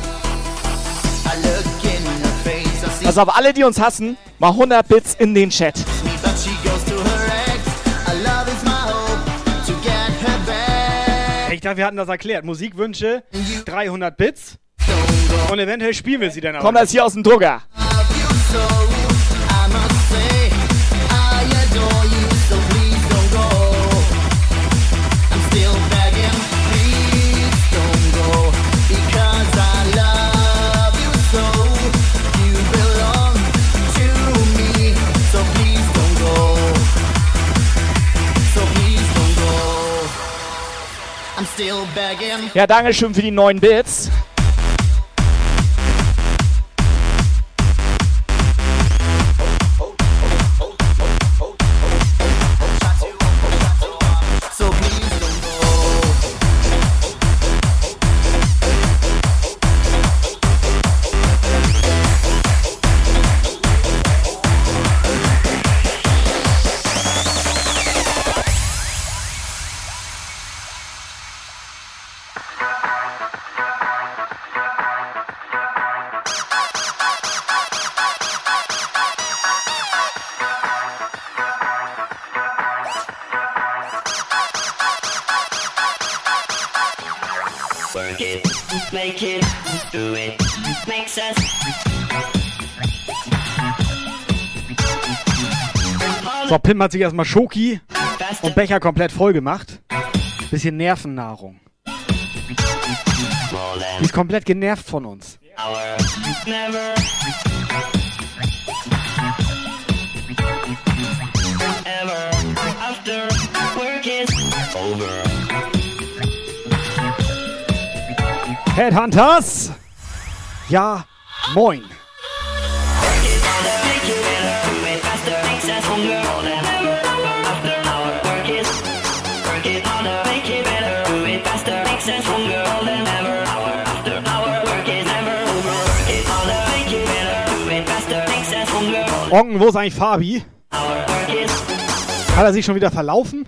Also auf alle, die uns hassen, mal hundert Bits in den Chat. Ich dachte, wir hatten das erklärt. Musikwünsche, dreihundert Bits. Und eventuell spielen wir sie dann auch. Kommt das hier aus dem Drucker. Ja, danke schön für die neuen Bits. So, Pim hat sich erstmal Schoki und Becher komplett voll gemacht. Bisschen Nervennahrung. Die ist komplett genervt von uns. Headhunters! Ja, moin! Onken, wo ist eigentlich Fabi? Hat er sich schon wieder verlaufen?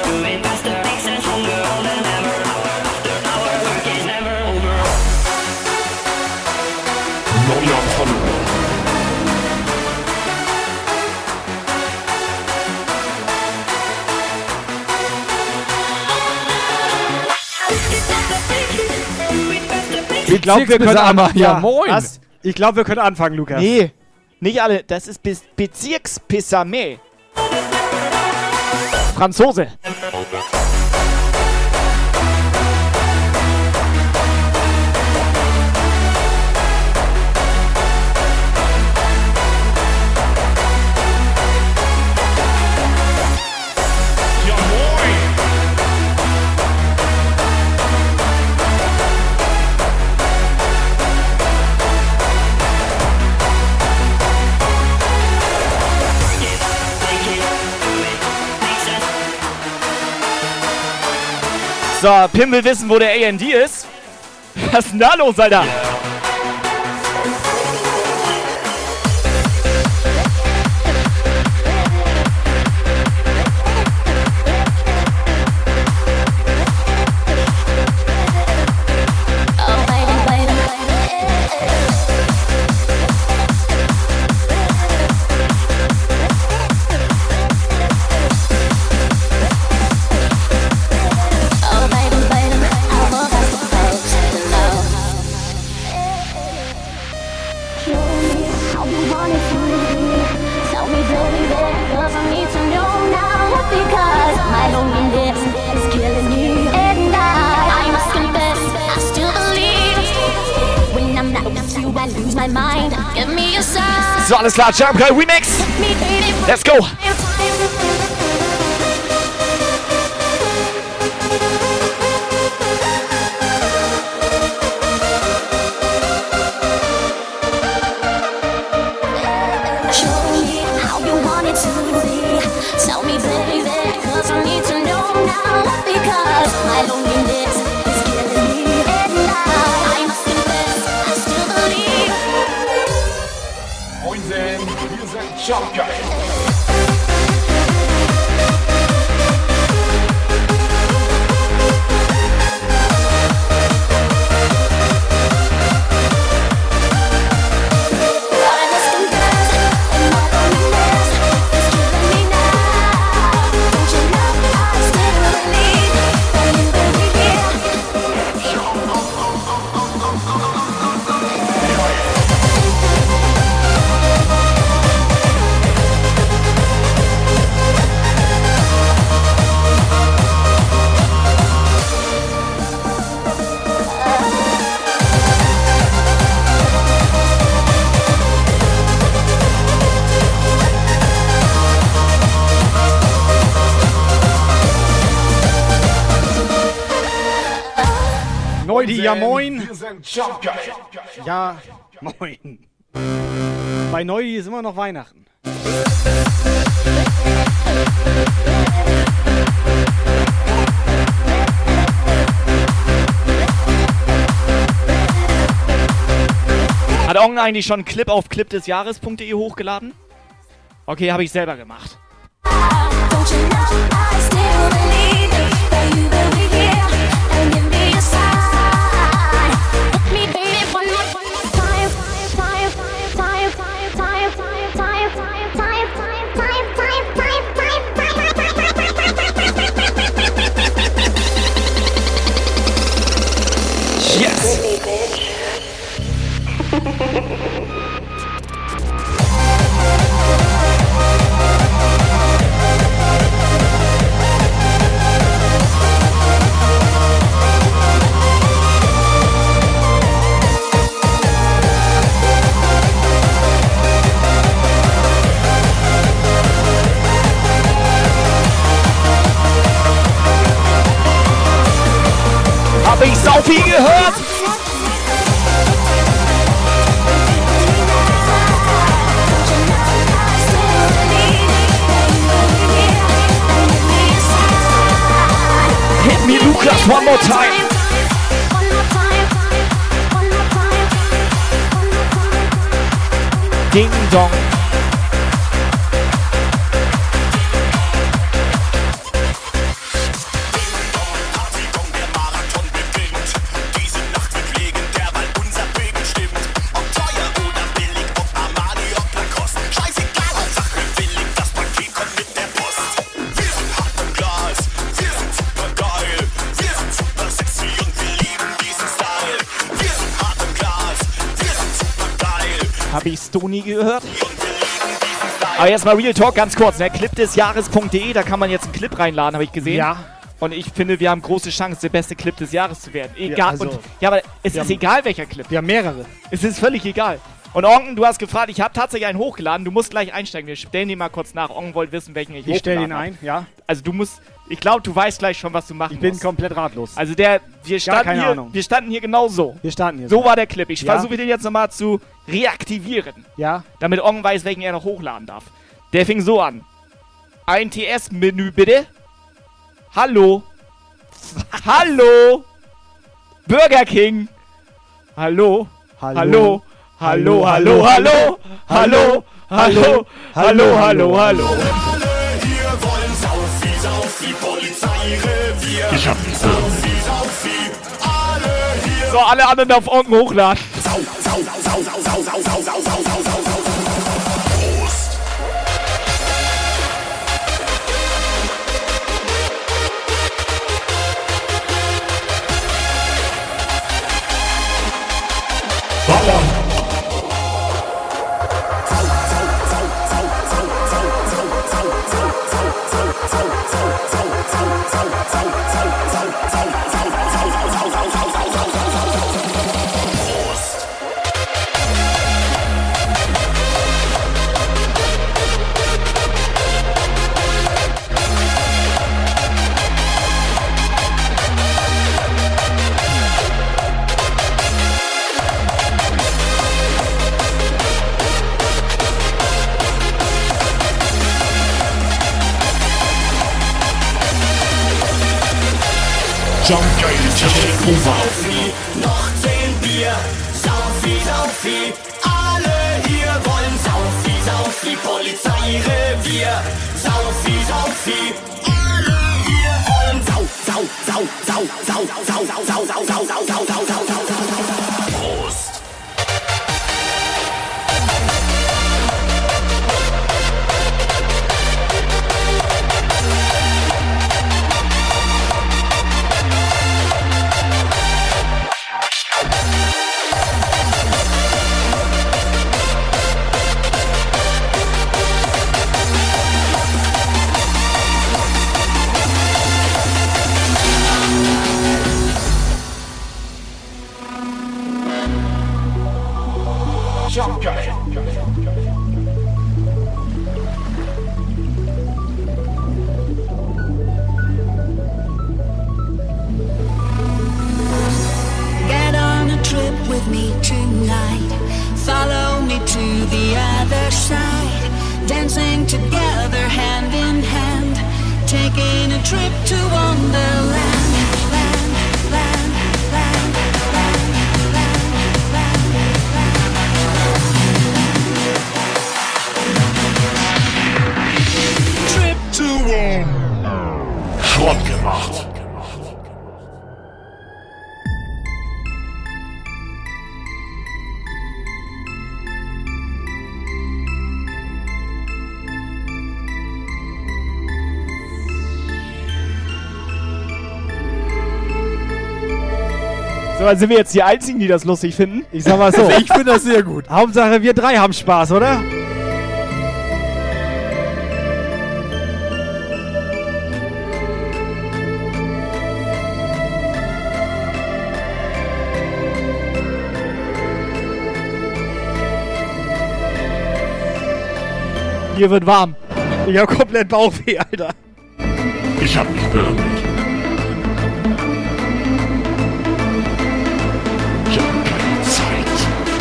Ich glaube, wir können anfangen. Ja, moin. Was? Ich glaube, wir können anfangen, Lukas. Nee, nicht alle. Das ist Be Bezirkspissamé. Franzose. So, Pim will wissen, wo der A N D ist. Was ist denn da los, Alter? So, alles klar, Jump Guy Remix. Let's go. Jump Geil. Leute, ja moin. Wir sind Jump Geil. Ja, moin. Bei Neudi ist immer noch Weihnachten. Hat Ong eigentlich schon einen Clip auf clip des jahres punkt de hochgeladen? Okay, habe ich selber gemacht. Yes! Hab ich sau viel gehört! Hit me, Lukas, one more time! Ding dong! Hab ich Stony gehört? Aber jetzt mal Real Talk ganz kurz, ne? clip des jahres punkt de, da kann man jetzt einen Clip reinladen, habe ich gesehen. Ja. Und ich finde, wir haben große Chance, der beste Clip des Jahres zu werden. Egal. Ja, also, und, ja aber es ist ist egal, welcher Clip. Wir haben mehrere. Es ist völlig egal. Und Ongen, du hast gefragt, ich habe tatsächlich einen hochgeladen. Du musst gleich einsteigen. Wir stellen den mal kurz nach. Ongen wollte wissen, welchen ich, ich stell hochgeladen Ich stelle den ein, ja. Also du musst, ich glaube, du weißt gleich schon, was du machen musst. Ich bin komplett ratlos. Also der, wir standen, keine hier, Ahnung. wir standen hier genau so. Wir standen hier so. So war der Clip. Ich ja. versuche den jetzt nochmal zu reaktivieren. Ja. Damit Ongen weiß, welchen er noch hochladen darf. Der fing so an. Ein T S-Menü bitte. Hallo. Hallo. Burger King. Hallo. Hallo. Hallo, hallo, hallo. Hallo. Hallo. Hallo, hallo, hallo. Hier wollen Saufi, Saufi, Polizeirevier. Ich hab nicht so. Saufi, Saufi, alle hier. So, alle anderen auf Ongen hochladen. Sau, sau, sau, sau, sau, sau, sau, sau, sau, sau, sau, sau. Prost. Ballern! Jump Geil, Saufi, noch zehn Bier. Saufi, Saufi, alle hier wollen Saufi, Saufi, Polizei. Revier. Saufi, Saufi. Alle hier wollen Sau, Sau, Sau, Sau, Sau, Sau, Sau, Sau, Sau, Sau, Sau, Sau, Sau, Sau, Sau, Sau. Prost. Jumpgeil. Get on a trip with me tonight. Follow me to the other side. Dancing together hand in hand. Taking a trip to Wonderland. Schrott gemacht. So, also sind wir jetzt die Einzigen, die das lustig finden? Ich sag mal so. Also ich finde das sehr gut. Hauptsache, wir drei haben Spaß, oder? Hier wird warm. Ich hab komplett Bauchweh, Alter. Ich hab mich birnig. Ich hab keine Zeit.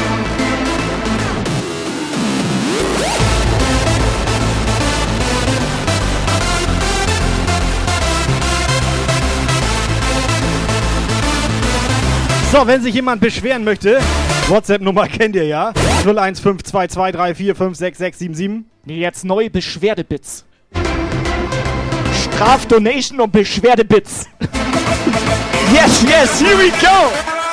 So, wenn sich jemand beschweren möchte, WhatsApp-Nummer kennt ihr ja. null eins fünf zwei zwei drei vier fünf sechs sechs sieben sieben. Nee, jetzt neue Beschwerdebits. Strafdonation und Beschwerdebits. Yes, yes, here we go!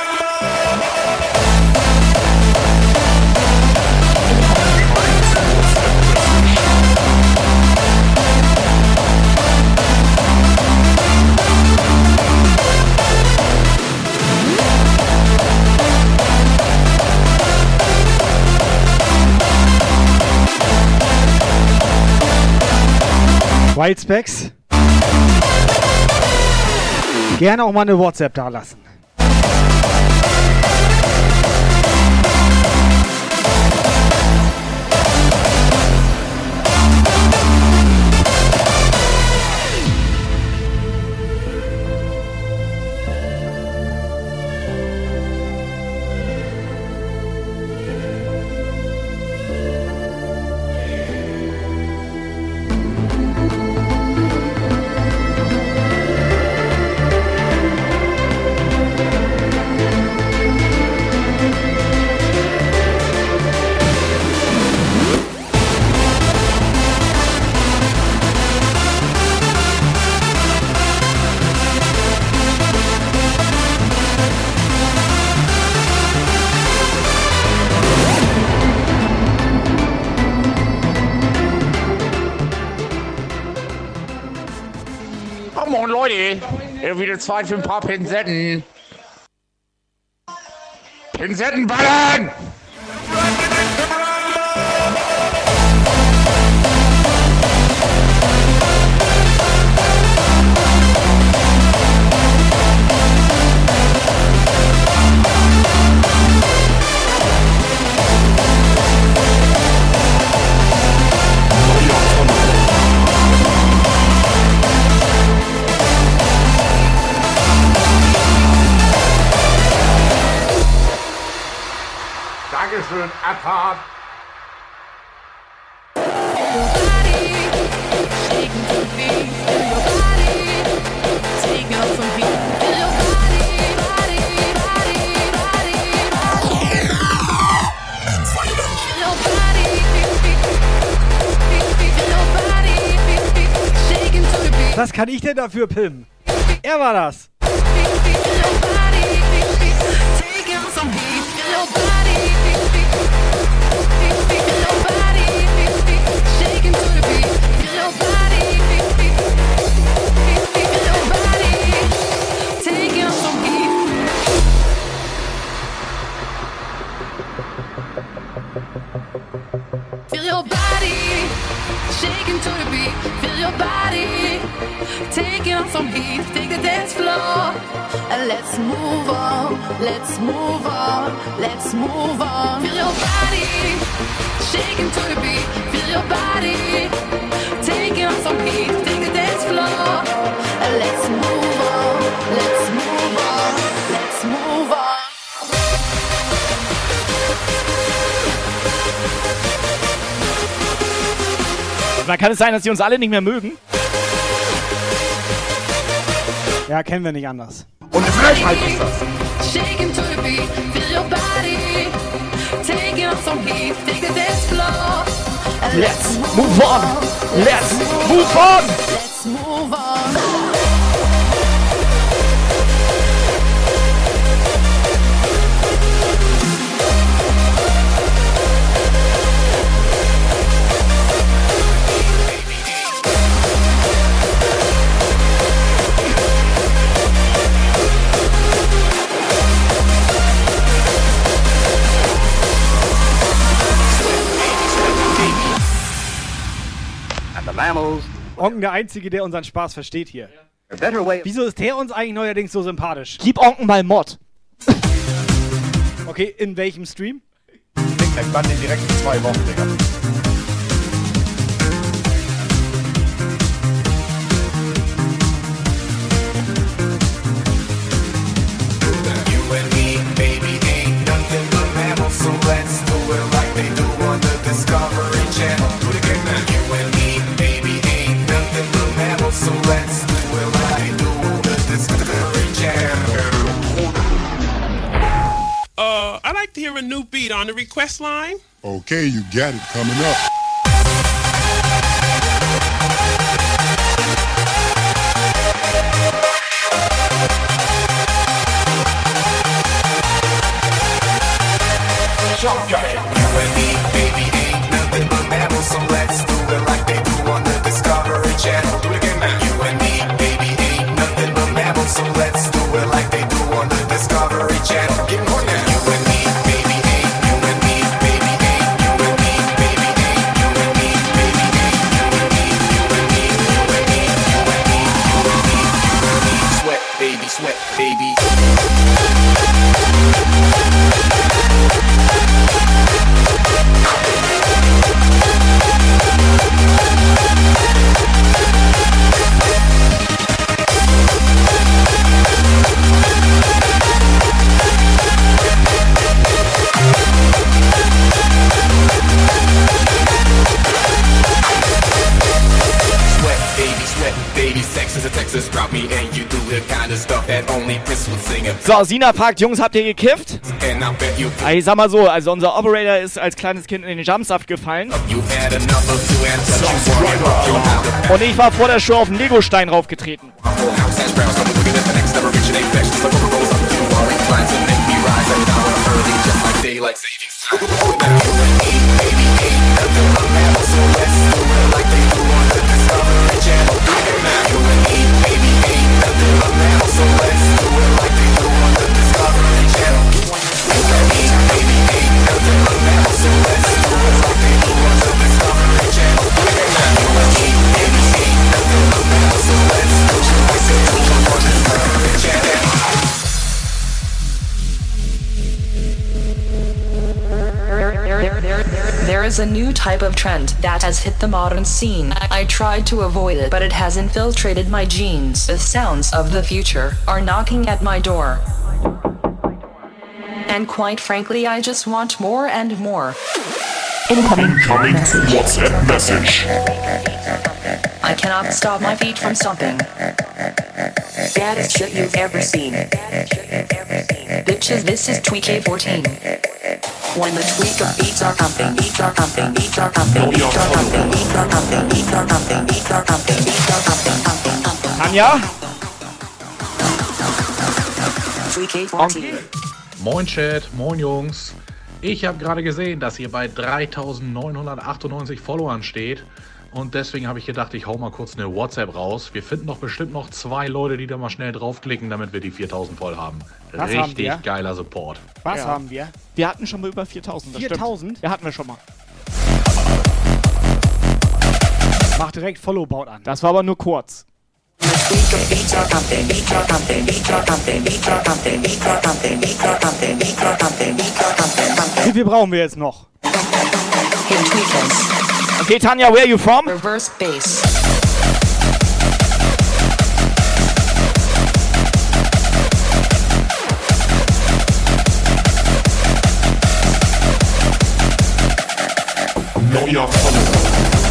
Whitespecs. Gerne auch mal eine WhatsApp da lassen. Moin Leute, irgendwie eine Zeit für ein paar Pinsetten. Pinsetten ballern! Dankeschön, Abfahrt. Was kann ich denn dafür, Pim? Er war das. Feel your body shaking to the beat. Feel your body taking on some heat. Take the dance floor and let's move on. Let's move on. Let's move on. Feel your body shaking to the beat. Feel your body taking on some heat. Take the dance floor and let's move on. Let's move on. Let's move on. Da kann es sein, dass sie uns alle nicht mehr mögen. Ja, kennen wir nicht anders. Und eine Frechheit ist das. Shaking to the beat, feel your body taking on some heat, take the dance floor. Let's move on. Let's move on. Let's move on. Onken der Einzige, der unseren Spaß versteht hier. Wieso ist der uns eigentlich neuerdings so sympathisch? Gib Onken mal Mod. Okay, in welchem Stream? Ich dann den direkt in zwei Wochen, Digga. You and me, baby, ain't nothing but mammals, so let's do it like they do on the Discovery Channel. Do it again now. You and me, baby, ain't nothing but mammals, so let's do it like they do on the Discovery Channel. Uh, I'd like to hear a new beat on the request line. Okay, you got it coming up. Jump guy. You and me, baby, ain't nothing but mammals, so let's do it like they do on the Discovery Channel. Do it again now. You and me, baby, ain't nothing but mammals, so let's do it like they do on the Discovery Channel. Get more now. You and me, baby, ain't. You and me, baby, ain't. You and me, baby, ain't. You and me, baby, ain't. You and me, you and me, you and me, you and me, you and me, you and me. Sweat, baby, sweat, baby. So, Sina fragt, Jungs, habt ihr gekifft? Ah, ich sag mal so, also unser Operator ist als kleines Kind in den Jumpsaft gefallen. Und ich war vor der Show auf den Legostein raufgetreten. There is a new type of trend that has hit the modern scene. I tried to avoid it, but it has infiltrated my genes. The sounds of the future are knocking at my door. And quite frankly, I just want more and more. Incoming, Incoming WhatsApp message. I cannot stop my feet from stomping. Baddest shit you've ever seen. Bitches, this is Tweak fourteen. When the tweaker beats are pumping, beats are pumping, beats are pumping, beats are pumping, beats are pumping, beats are pumping, beats are pumping, beats are pumping, pumping, pumping. Tanja? Okay. Moin Chat, moin Jungs. Ich habe gerade gesehen, dass ihr bei dreitausendneunhundertachtundneunzig Followern steht. Und deswegen habe ich gedacht, ich hau mal kurz eine WhatsApp raus. Wir finden doch bestimmt noch zwei Leute, die da mal schnell draufklicken, damit wir die viertausend voll haben. Was Richtig haben wir? geiler Support. Was Ja. haben wir? Wir hatten schon mal über viertausend. das viertausend? stimmt. Ja, hatten wir schon mal. Mach direkt Follow-Baut an. Das war aber nur kurz. Wie viel brauchen wir jetzt noch? Okay, Tanja, where are you from? Reverse bass. Neuer Follower.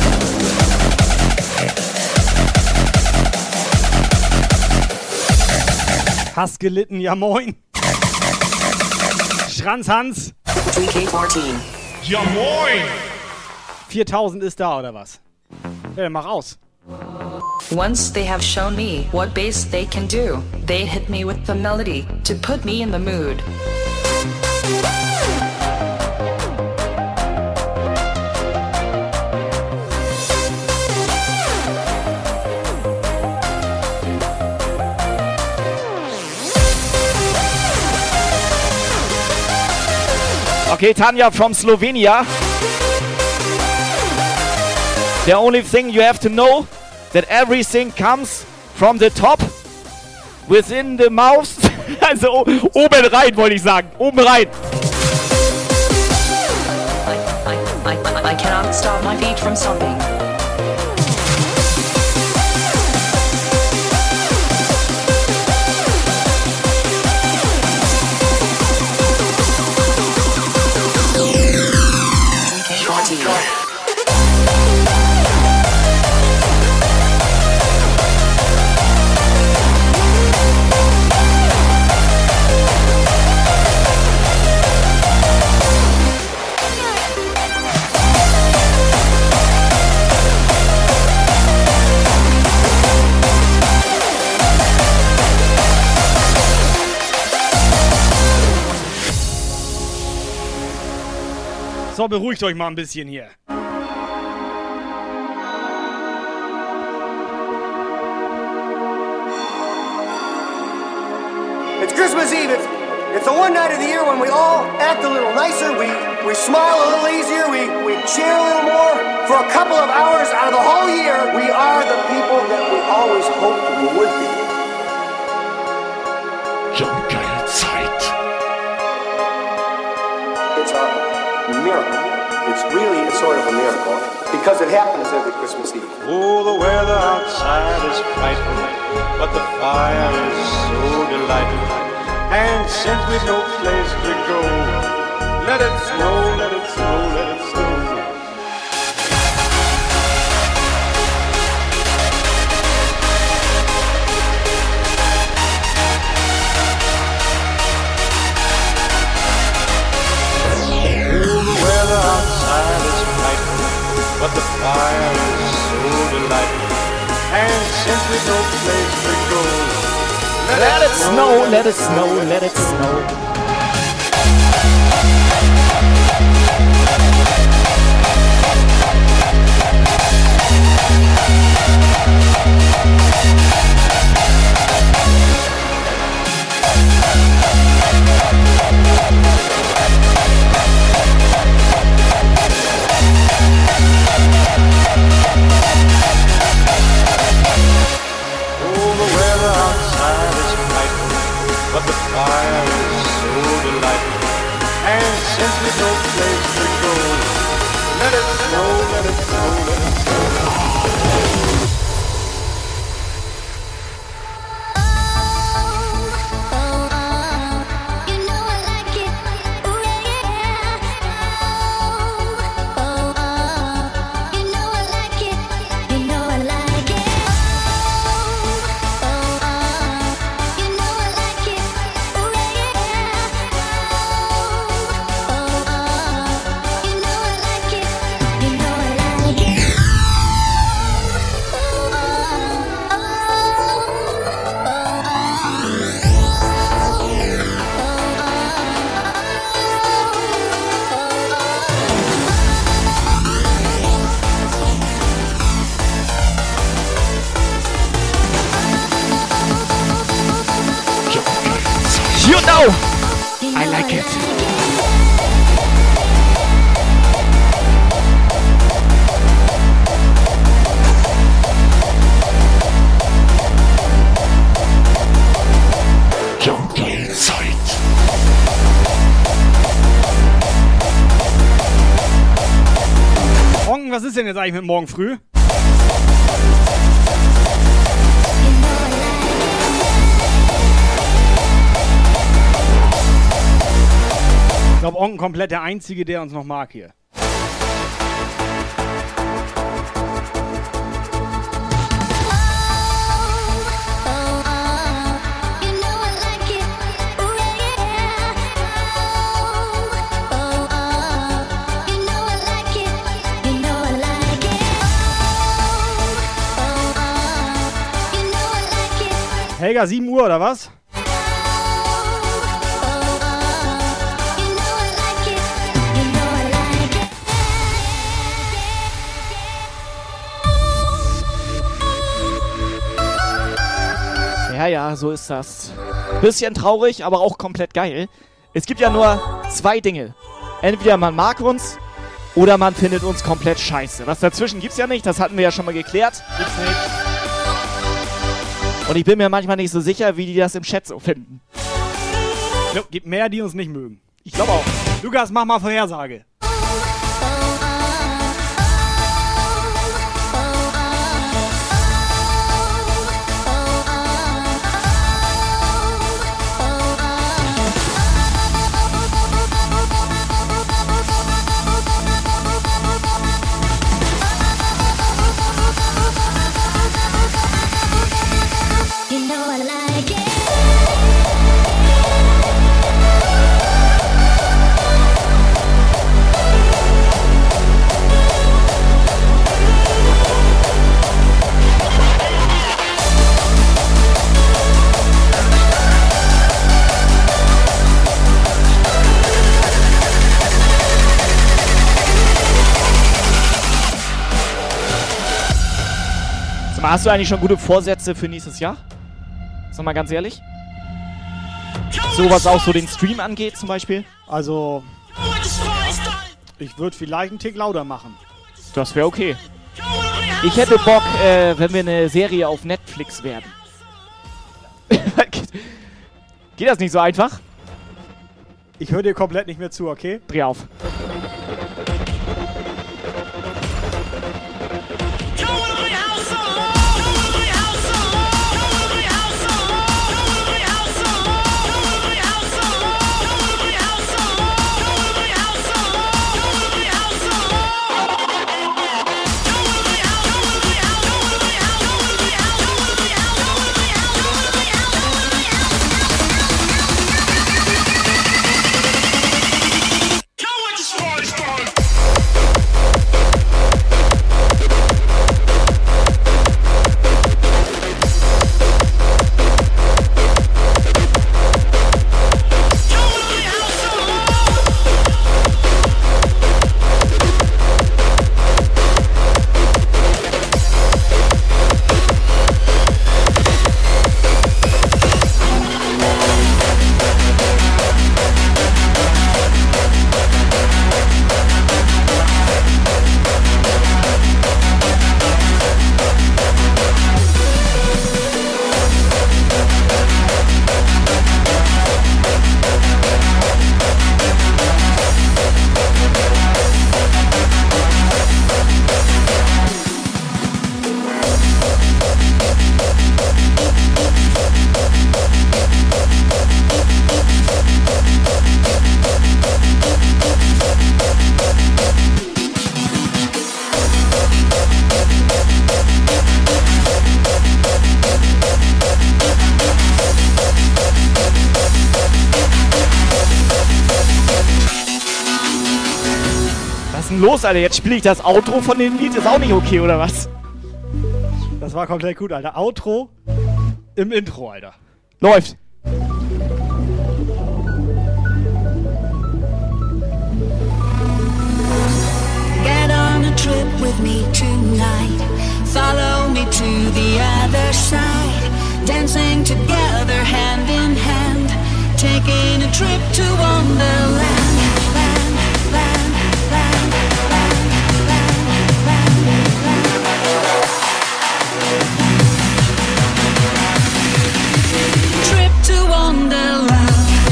Hass gelitten, ja moin. Schranz Hans. Ja moin. viertausend ist da, oder was? Ja, dann mach aus. Once they have shown me what bass they can do, they hit me with the melody to put me in the mood. Okay, Tanja from Slovenia. The only thing you have to know that everything comes from the top within the mouth. Also oben rein, wollte ich sagen. Oben rein. I, I, I, I cannot stop my feet from stomping. So, beruhigt euch mal ein bisschen hier. It's Christmas Eve. It's, it's the one night of the year when we all act a little nicer. We, we smile a little easier. We, we cheer a little more. For a couple of hours out of the whole year, we are the people that we always hoped we would be. Jumpgeil Zeit. It's a miracle. It's really a sort of a miracle because it happens every Christmas Eve. Oh, the weather outside is frightful, but the fire is so delightful. And since we've no place to go, let it snow, let it snow, let it snow. Outside is frightful, but the fire is so delightful. And since we've no place to go, let, Let it it snow, let it snow, let it snow. Oh, the weather outside is frightful, but the fire is so delightful. And since we've no place to go, let it snow, let it snow, let it snow. You know, I like it. Jump Geil Zeit. Onken, was ist denn jetzt eigentlich mit morgen früh? Ich glaube, Onken komplett der Einzige, der uns noch mag hier. Helga, sieben Uhr oder was? Ja, ja, so ist das. Bisschen traurig, aber auch komplett geil. Es gibt ja nur zwei Dinge. Entweder man mag uns oder man findet uns komplett scheiße. Was dazwischen gibt's ja nicht, das hatten wir ja schon mal geklärt. Gibt's nicht. Und ich bin mir manchmal nicht so sicher, wie die das im Chat so finden. Ja, gibt mehr, die uns nicht mögen. Ich glaube auch. Lukas, mach mal Vorhersage. Hast du eigentlich schon gute Vorsätze für nächstes Jahr? Sag mal ganz ehrlich. So was auch so den Stream angeht zum Beispiel. Also, ich würde vielleicht einen Tick lauter machen. Das wäre okay. Ich hätte Bock, äh, wenn wir eine Serie auf Netflix werden. Geht das nicht so einfach? Ich höre dir komplett nicht mehr zu, okay? Dreh auf. Los, Alter, jetzt spiele ich das Outro von dem Lied, ist auch nicht okay, oder was? Das war komplett gut, Alter. Outro im Intro, Alter. Läuft. Get on a trip with me tonight. Follow me to the other side. Dancing together hand in hand. Take trip to Wonderland. Land, land, land, land, land, land. Trip to Wonderland.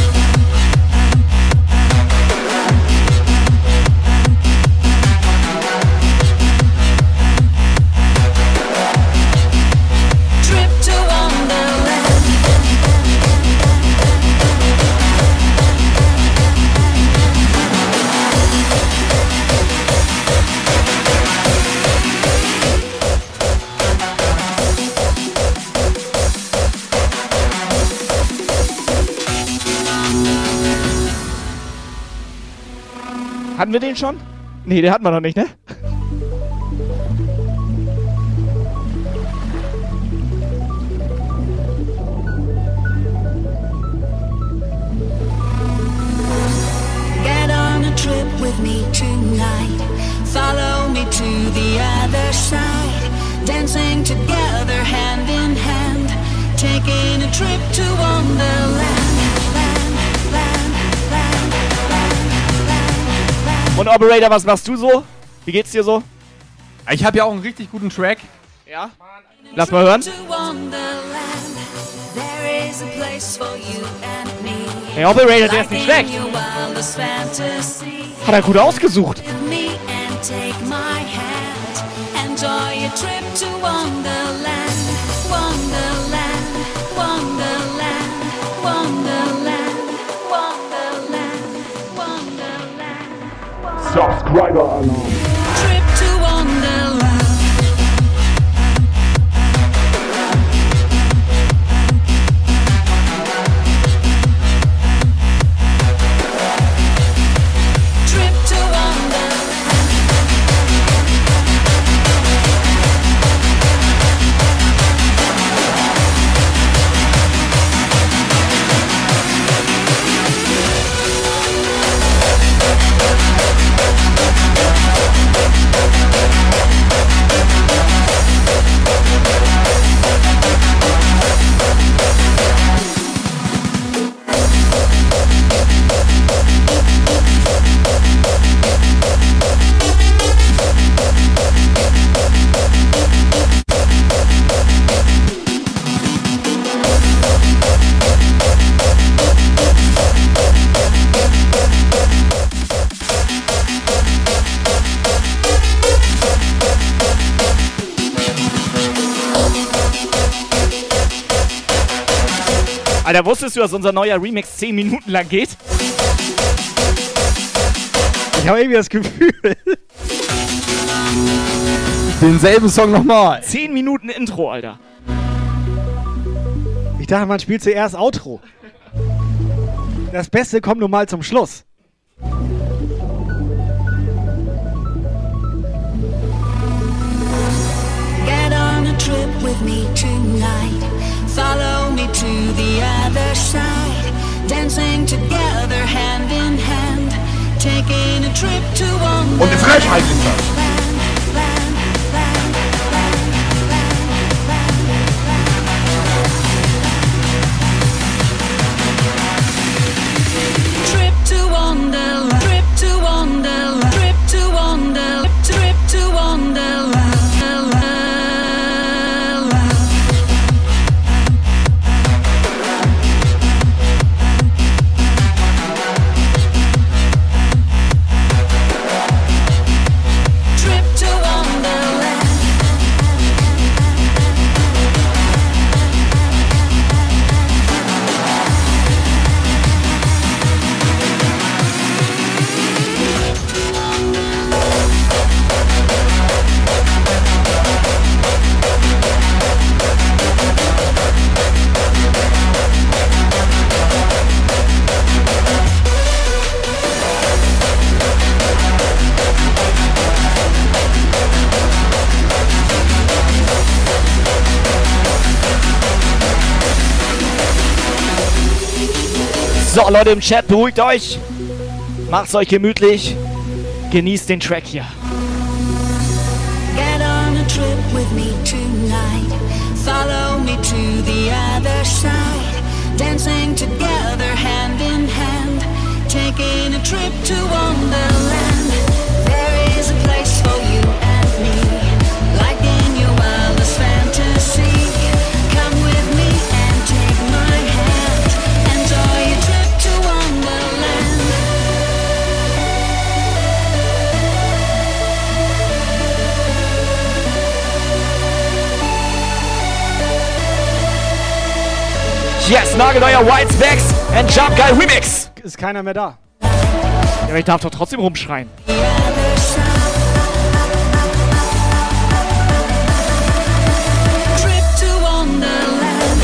Hatten wir den schon? Nee, den hatten wir noch nicht, ne? Get on a trip with me tonight. Follow me to the other side. Dancing together hand in hand. Taking a trip to Wonderland. Und Operator, was machst du so? Wie geht's dir so? Ich habe ja auch einen richtig guten Track. Ja? Lass mal hören. Hey Operator, der ist nicht schlecht. Hat er gut ausgesucht. Subscriber Alarm. Trip to Wonderland. Trip to Wonderland. Alter, wusstest du, dass unser neuer Remix zehn Minuten lang geht? Ich habe irgendwie das Gefühl. Denselben Song nochmal. zehn Minuten Intro, Alter. Ich dachte, man spielt zuerst Outro. Das Beste kommt nun mal zum Schluss. Get on a trip with me tonight. Follow me to the other side. Dancing together hand in hand. Taking a trip to Wonderland. Und die Frechheit ist das. Trip to Wonderland. Trip to Wonderland. Trip to Wonderland. Trip to Wonderland. So, Leute im Chat, beruhigt euch. Macht's euch gemütlich. Genießt den Track hier. Get on a trip with me tonight. Follow me to the other side. Dancing together hand in hand. taking a trip to Wonderland. There is a place for you and me, like in your wildest fantasy. Come with me and take my hand, enjoy your trip to Wonderland. Yes, nagelneuer Whitespecs and Jump Guy Remix. Ist keiner mehr da. Ja, aber ich darf doch trotzdem rumschreien. Trip to Wonderland.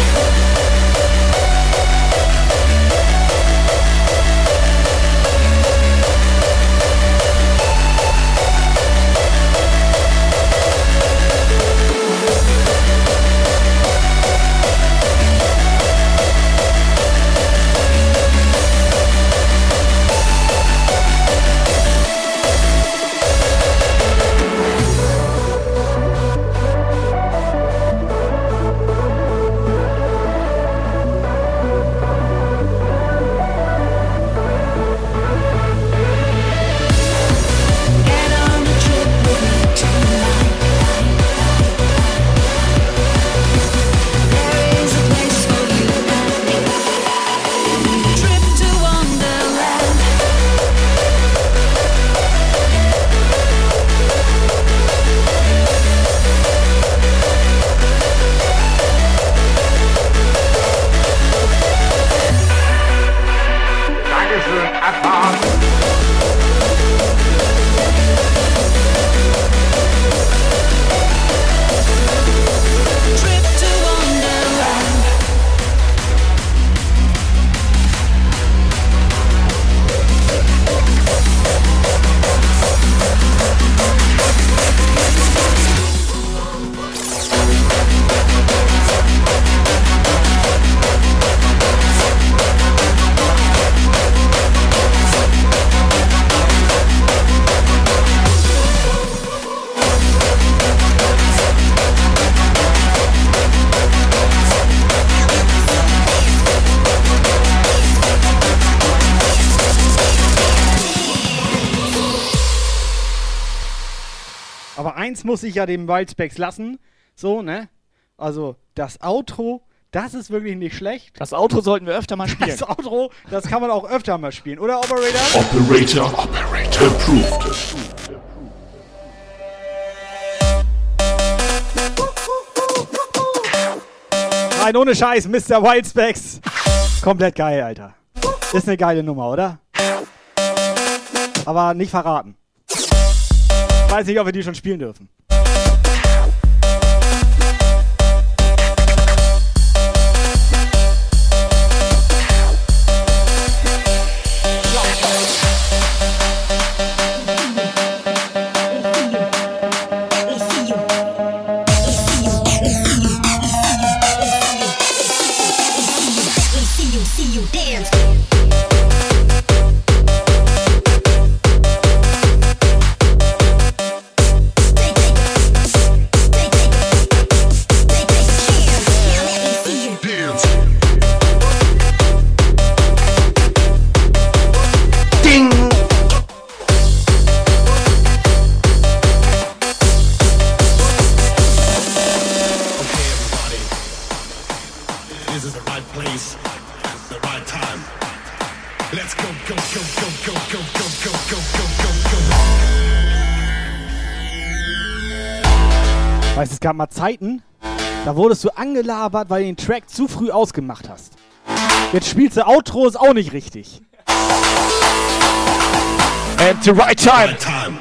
Aber eins muss ich ja dem Wildspecs lassen. So, ne? Also, das Outro, das ist wirklich nicht schlecht. Das Outro sollten wir öfter mal spielen. Das Outro, das kann man auch öfter mal spielen. Oder, Operator? Operator, Operator approved. Nein, ohne Scheiß, Mister Wildspecs. Komplett geil, Alter. Ist eine geile Nummer, oder? Aber nicht verraten. Weiß nicht, ob wir die schon spielen dürfen. Weißt du, es gab mal Zeiten, da wurdest du angelabert, weil du den Track zu früh ausgemacht hast. Jetzt spielst du Outros auch nicht richtig. And the right time. Right time.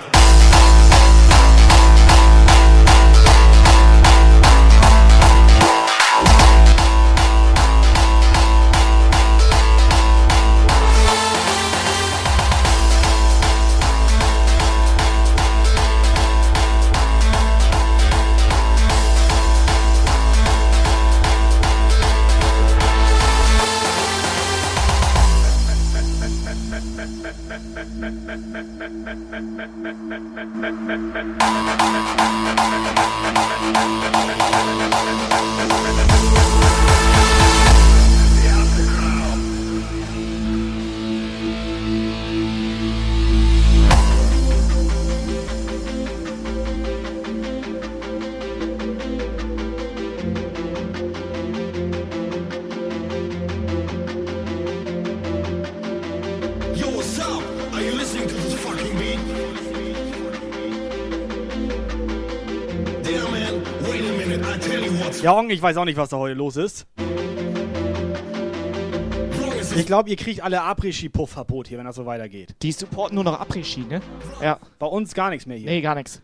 Ja, Ong, ich weiß auch nicht, was da heute los ist. Ich glaube, ihr kriegt alle Après-Ski-Puff-Verbot hier, wenn das so weitergeht. Die supporten nur noch Après-Ski, ne? Ja. Bei uns gar nichts mehr hier. Nee, gar nichts.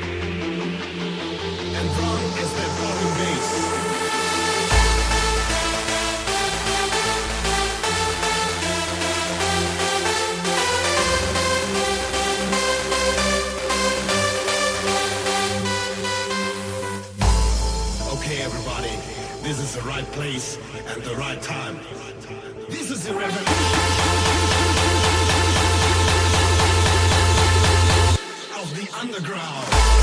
Okay, everybody, this is the right place and the right time. This is the revolution of the underground.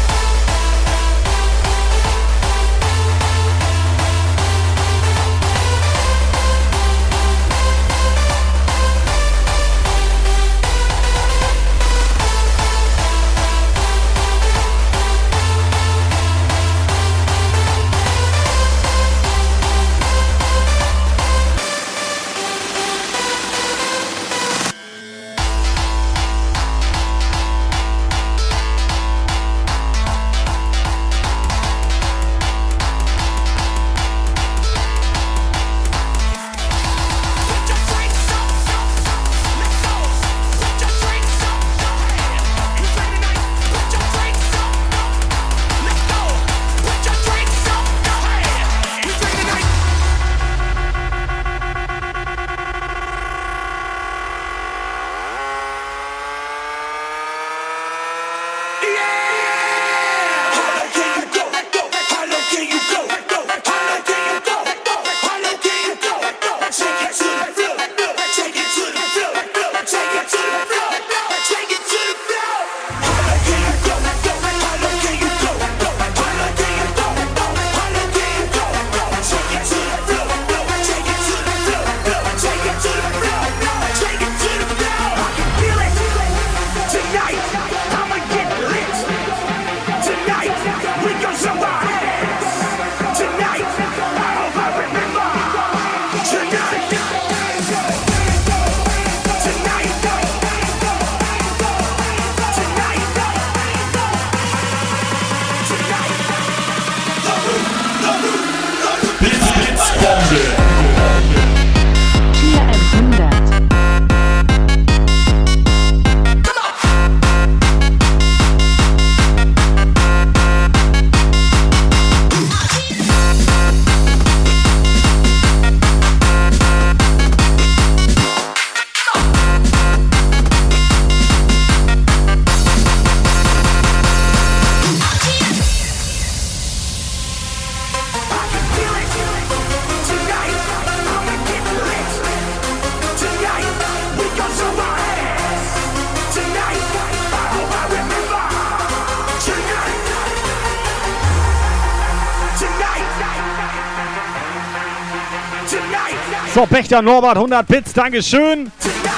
So, Pächter Norbert, hundert Bits, Dankeschön.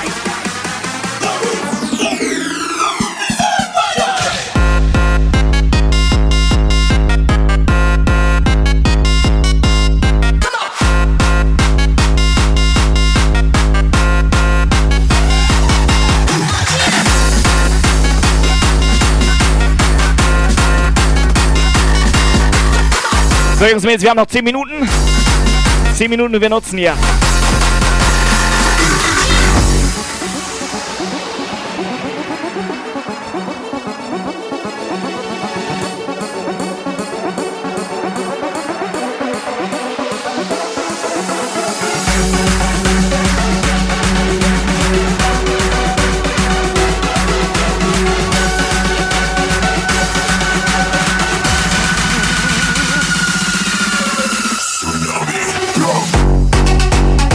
So, Jungs, wir haben noch zehn Minuten. zehn Minuten, die wir nutzen hier. Go!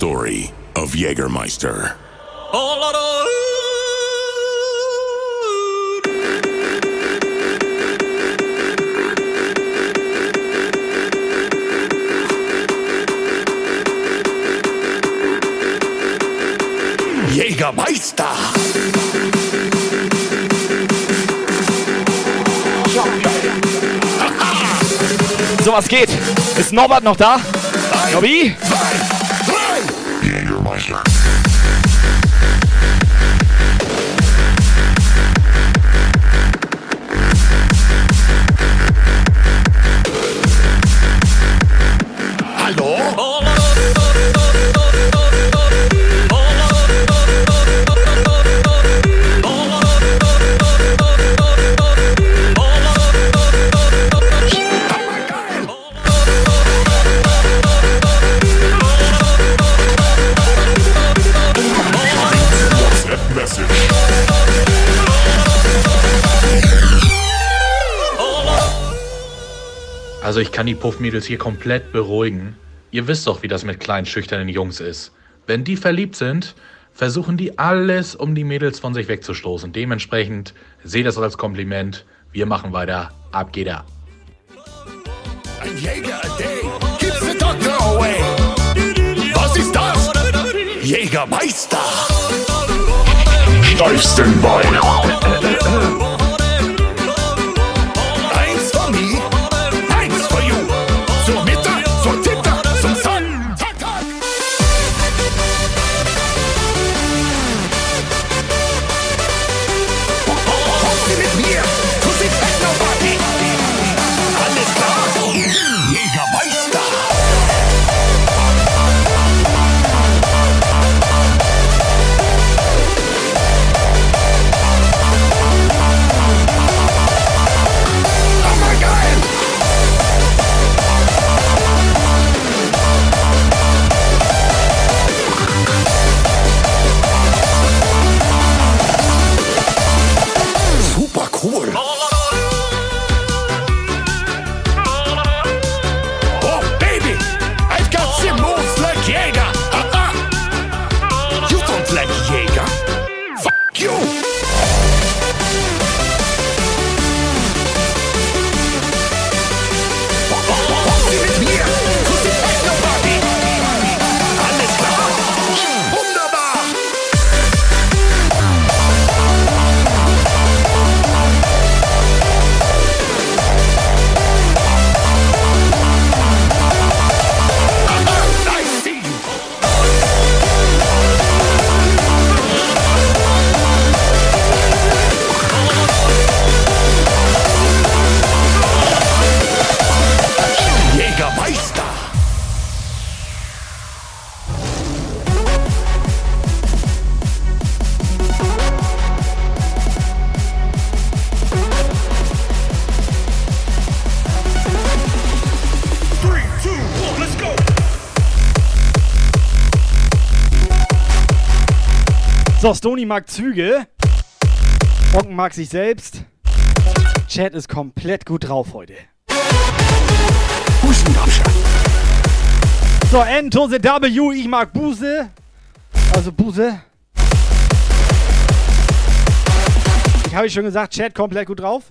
story of Jägermeister. Oh, Lord, oh. Jägermeister! So, was geht? Ist Norbert noch da? Nobby? Jägermeister. Hallo? Also ich kann die Puffmädels hier komplett beruhigen. Ihr wisst doch, wie das mit kleinen, schüchternen Jungs ist. Wenn die verliebt sind, versuchen die alles, um die Mädels von sich wegzustoßen. Dementsprechend, seht das als Kompliment. Wir machen weiter. Ab geht er. Ein Jäger a day keeps the doctor away. Was ist das? Jägermeister! Steifsten Bein. Eins for me, eins for you. Zur Mitte, zur Titte, zum Sun. Tak, tak. Kommt sie mit mir, to the Techno-Party. Alles klar? Jägermeister! Cool. Oh, baby, I've got some moves like Jäger. Uh-uh. You don't like Jäger. Fuck you. Kommen Sie mit mir zu der Techno-Party. Alles klar? Wunderbar. Jägermeister! Three, two, one, let's go! So, Stony mag Züge. Onken mag sich selbst. Chat ist komplett gut drauf heute. So, N to the W, ich mag Buse. Also Buse. Ich habe schon gesagt, Chat komplett gut drauf.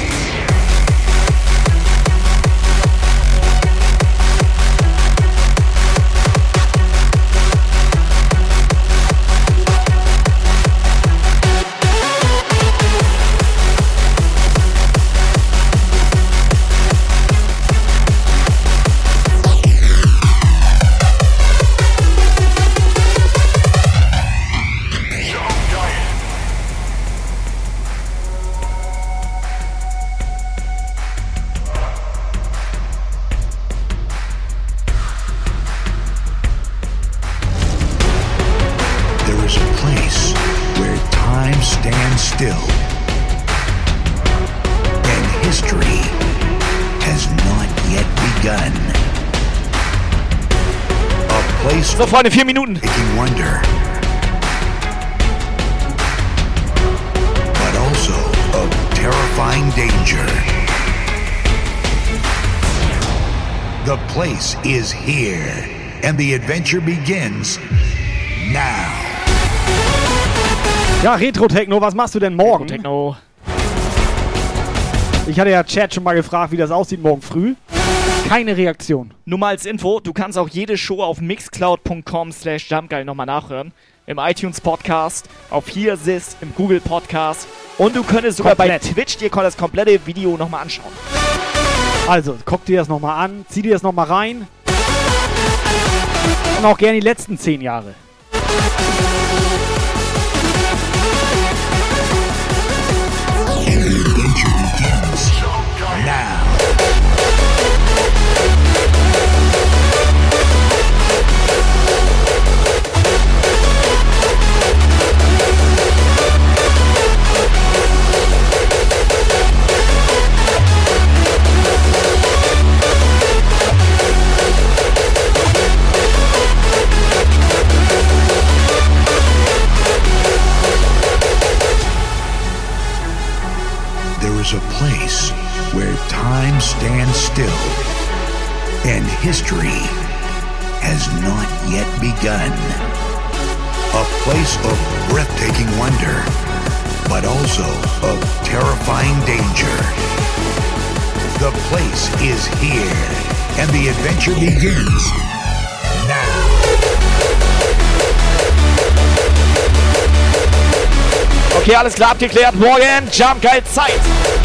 still. And history has not yet begun. A place so, Freunde, vier Minuten. Making wonder. But also of terrifying danger. The place is here. and the adventure begins now. Ja, Retro-Techno, was machst du denn morgen? Retro-Techno. Ich hatte ja Chat schon mal gefragt, wie das aussieht morgen früh. Keine Reaktion. Nur mal als Info, du kannst auch jede Show auf mixcloud punkt com slash jumpgeil nochmal nachhören. Im iTunes Podcast, auf HearSys, im Google Podcast. Und du könntest sogar Komplett. bei Twitch dir das komplette Video nochmal anschauen. Also, guck dir das nochmal an, zieh dir das nochmal rein. Und auch gerne die letzten zehn Jahre. A place where time stands still and history has not yet begun. A place of breathtaking wonder, but also of terrifying danger. The place is here, and the adventure begins now. Okay, alles klar, abgeklärt. Morgen, Jumpgeil Zeit.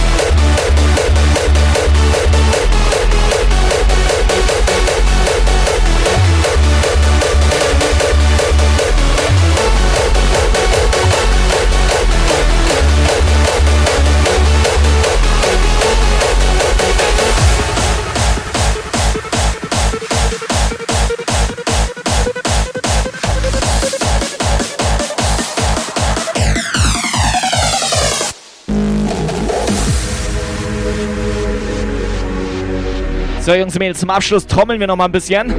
So, Jungs und Mädels, zum Abschluss trommeln wir noch mal ein bisschen.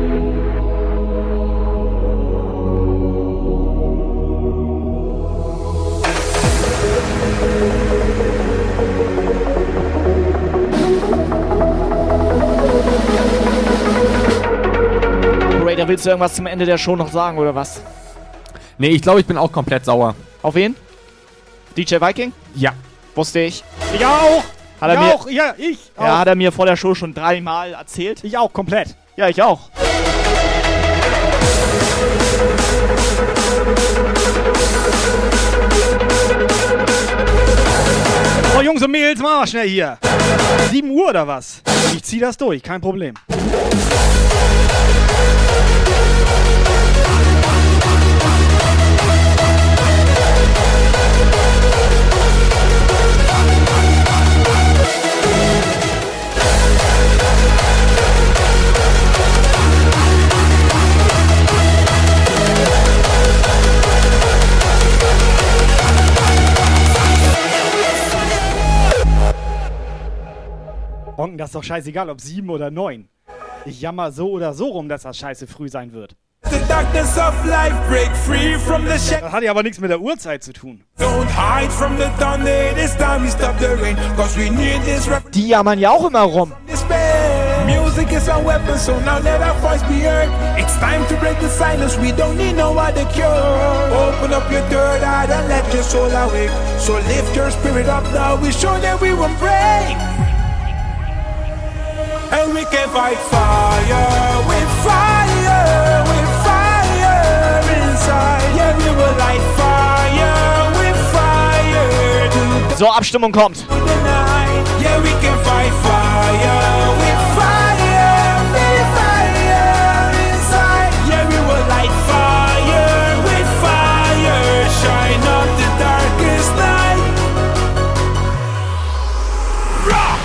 Raider, willst du irgendwas zum Ende der Show noch sagen, oder was? Nee, ich glaube, ich bin auch komplett sauer. Auf wen? D J Viking? Ja. Wusste ich. Ich auch! Hat er ich mir, auch, ja, ich auch. Ja, hat er mir vor der Show schon dreimal erzählt. Ich auch, komplett. Ja, ich auch. Oh, Jungs und Mädels, machen wir schnell hier. sieben Uhr oder was? Ich zieh das durch, kein Problem. Onken, das ist doch scheißegal, ob sieben oder neun. Ich jammer so oder so rum, dass das scheiße früh sein wird. Das hat ja aber nichts mit der Uhrzeit zu tun. Die jammern ja auch immer rum. Music is our weapon, so now let our voice be heard. It's time to break the silence, we don't need no other cure. Open up your third eye and let your soul awake. So lift your spirit up now, we show that we won't break. And we can fight fire with fire, with fire inside. Yeah, we will light fire with fire. So, Abstimmung kommt. Yeah, we can fight fire with fire, with fire inside. Yeah, we will light fire with fire. Shine up the darkest night. Rock!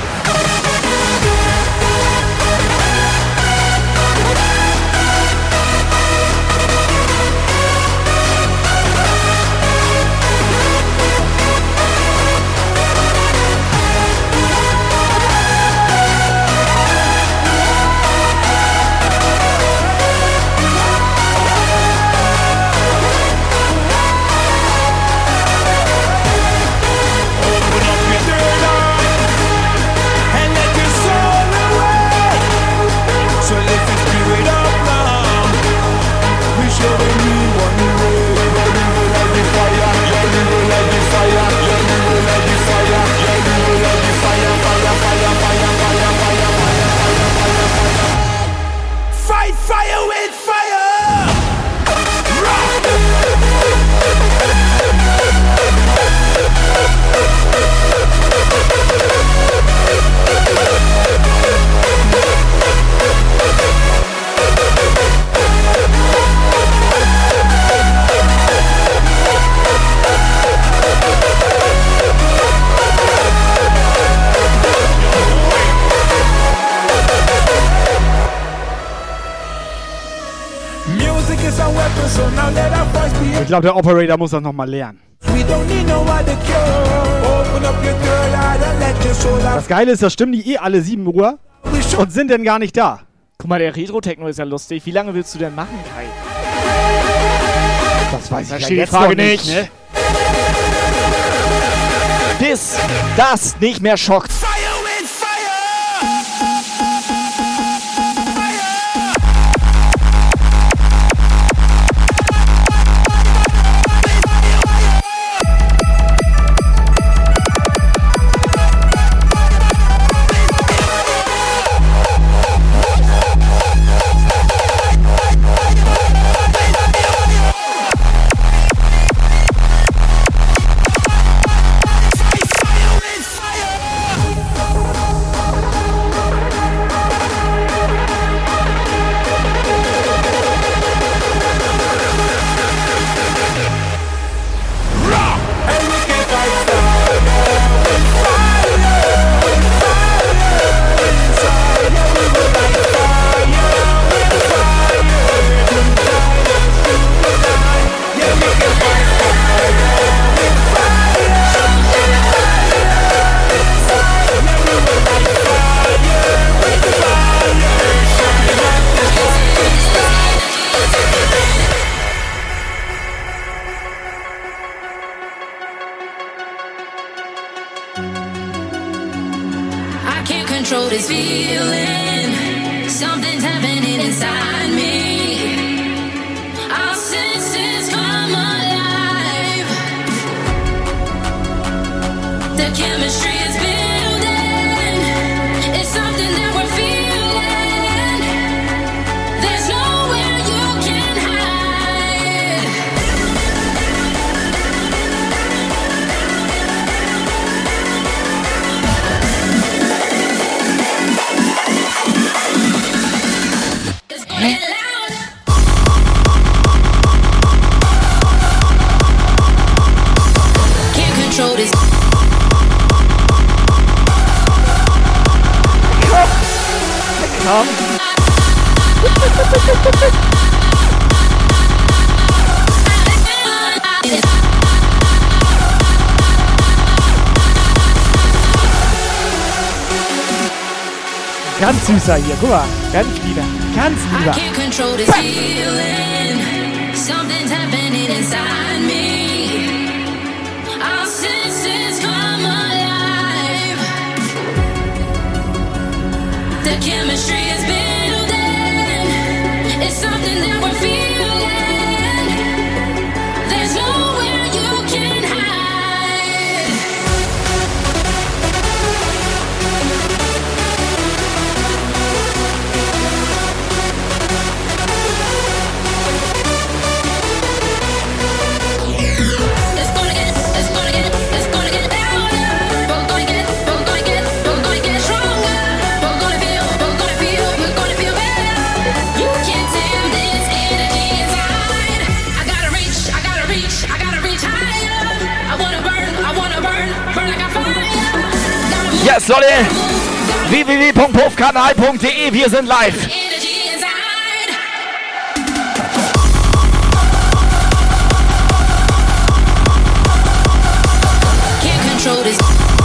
voice be heard. Ich glaube, der Operator muss das nochmal lernen. We don't need no other cure. Open up your third eye and let your soul out. Das Geile ist, das stimmen die eh alle sieben Uhr und sind dann gar nicht da. Guck mal, der Retro-Techno ist ja lustig. Wie lange willst du denn machen, Kai? Das weiß Da ich ja steht die jetzt Frage noch nicht, nicht. ne? Bis das nicht mehr schockt. I can't control this feeling. Something's happening inside me. Our senses come alive. The chemistry is building. It's something that we're feeling. There's nowhere you can hide. Can't control this. Komm. Ganz süßer hier, guck mal. Ganz lieber. Ganz I lieber. can't control this feeling. Something's happening inside me. Our senses come alive. The chemistry is building. It's something that we're feeling. There's nowhere you can hide. It's gonna get, it's gonna get, it's gonna get louder. We're gonna get, we're gonna get, we're gonna get stronger. We're gonna feel, we're gonna feel, we're gonna feel better. You can't tame this energy inside. I gotta reach, I gotta reach, I gotta reach higher. I wanna burn, I wanna burn, burn like a fire. Yes, Leute! w w w punkt puffkanal punkt d e, wir sind live! Energy inside. Can't control this.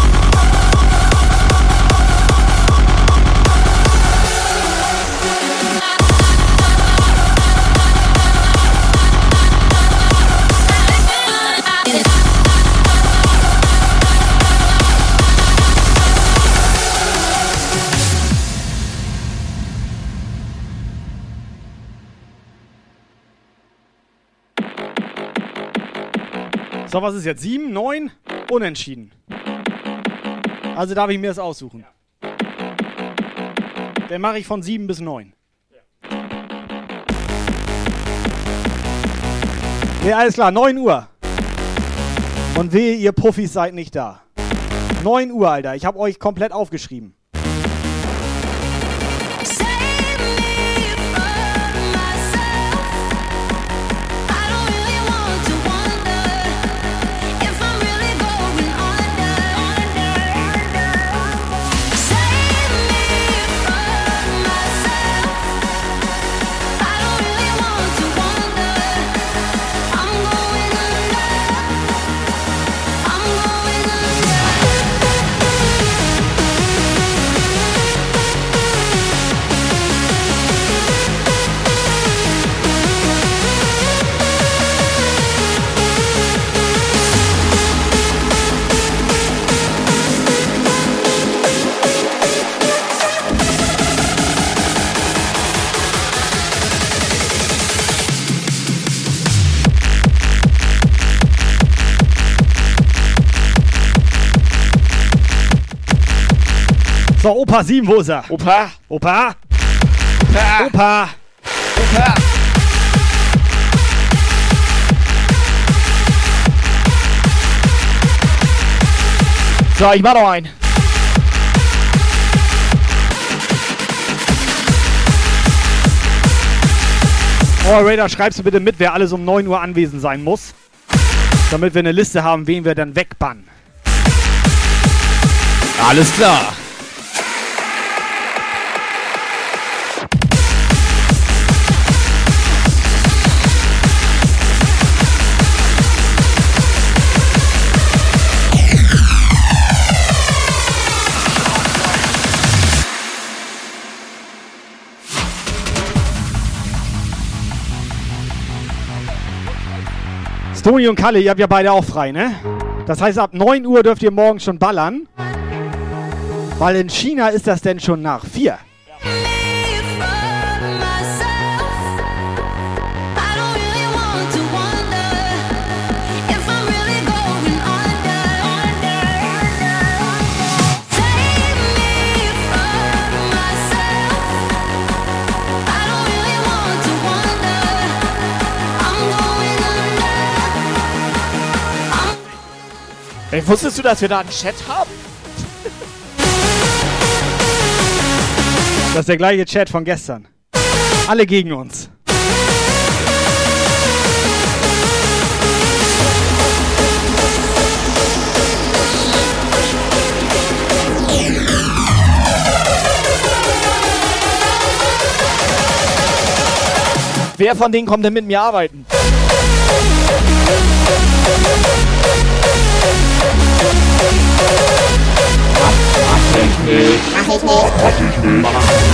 So, was ist jetzt? Sieben, neun? Unentschieden. Also darf ich mir das aussuchen. Dann mache ich von sieben bis neun. Ne, alles klar, neun Uhr. Und wehe, ihr Puffis seid nicht da. neun Uhr, Alter. Ich habe euch komplett aufgeschrieben. I'm So, Opa sieben, wo ist er? Opa. Opa. Opa. Opa. Opa. So, ich mach noch einen. Oh, Raider, schreibst du bitte mit, wer alles um neun Uhr anwesend sein muss. Damit wir eine Liste haben, wen wir dann wegbannen. Alles klar. Toni und Kalle, ihr habt ja beide auch frei, ne? Das heißt, ab neun Uhr dürft ihr morgen schon ballern. Weil in China ist das denn schon nach vier. Ey, wusstest du, dass wir da einen Chat haben? Das ist der gleiche Chat von gestern. Alle gegen uns. Wer von denen kommt denn mit mir arbeiten? Mach ich nicht. Mach ich nicht. Mach ich nicht.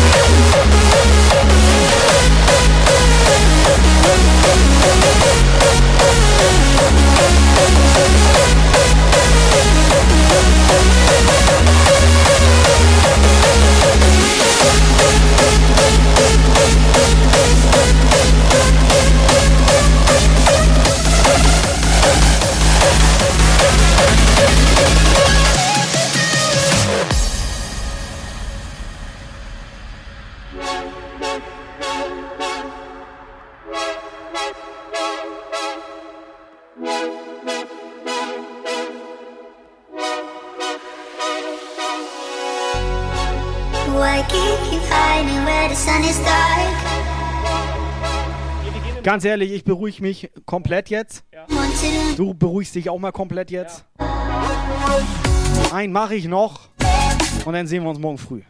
Ganz ehrlich, ich beruhige mich komplett jetzt. Ja. Du beruhigst dich auch mal komplett jetzt. Ja. Einen mache ich noch und dann sehen wir uns morgen früh.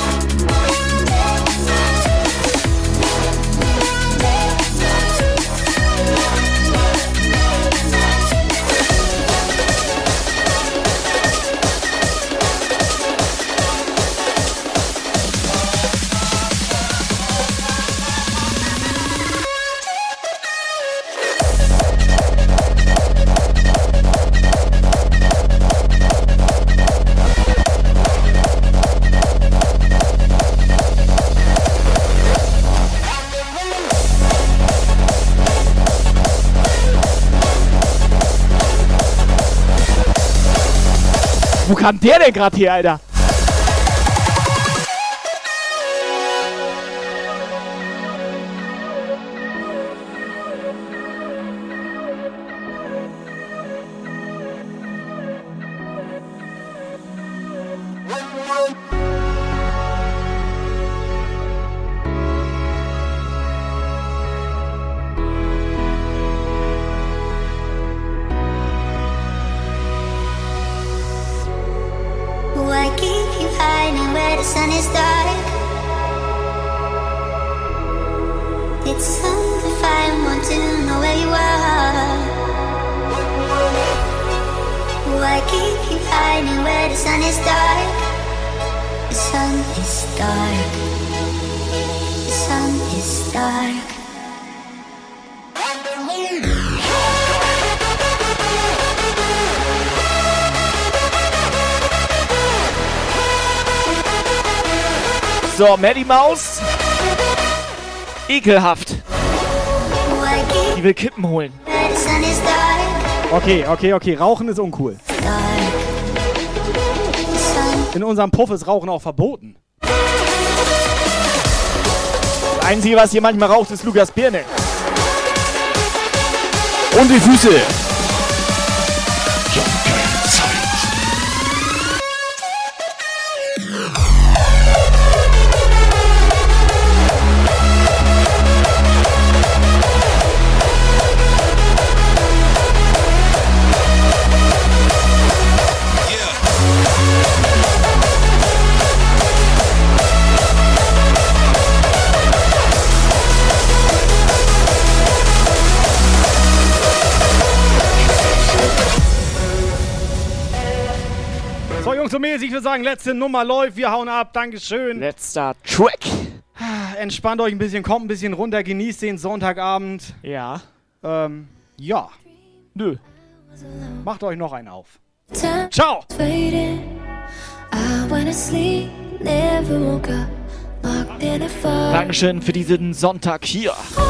Wo kam der denn gerade hier, Alter? So, Maddie Maus. Ekelhaft. Die will Kippen holen. Okay, okay, okay. Rauchen ist uncool. In unserem Puff ist Rauchen auch verboten. Das Einzige, was hier manchmal raucht, ist Lukas Birne. Und die Füße. So mäßig, ich würde sagen, letzte Nummer läuft, wir hauen ab, Dankeschön. Letzter Track. Entspannt euch ein bisschen, kommt ein bisschen runter, genießt den Sonntagabend. Ja. Ähm, ja. Nö. Macht euch noch einen auf. Ciao. Dankeschön für diesen Sonntag hier.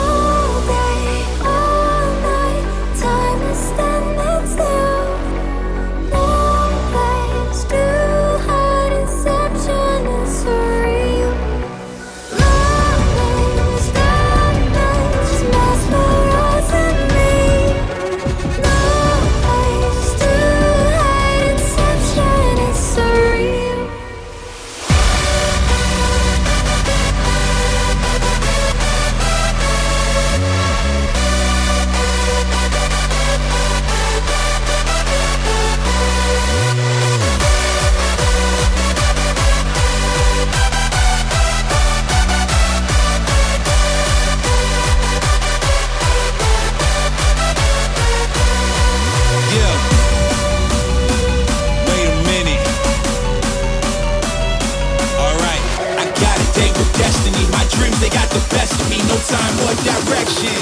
They got the best of me, no time or direction.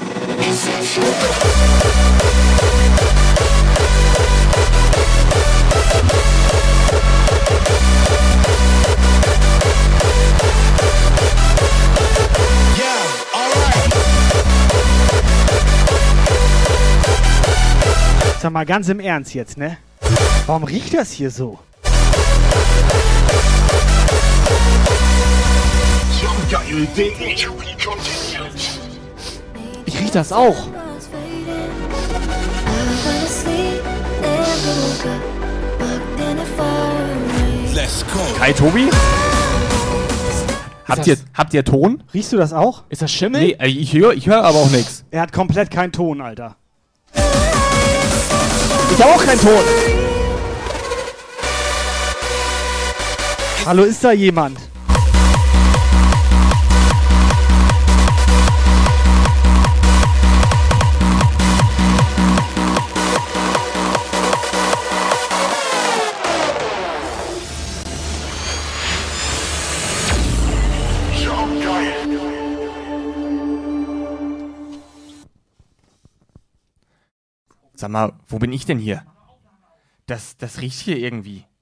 Yeah, alright. Sag mal ganz im Ernst jetzt, ne? Warum riecht das hier so? Ich riech das auch. Let's go. Kai, Tobi? Habt ihr, habt ihr Ton? Riechst du das auch? Ist das Schimmel? Nee, ich höre ich hör aber auch nichts. Er hat komplett keinen Ton, Alter. Ich habe auch keinen Ton. Hallo, ist da jemand? Sag mal, wo bin ich denn hier? Das, das riecht hier irgendwie.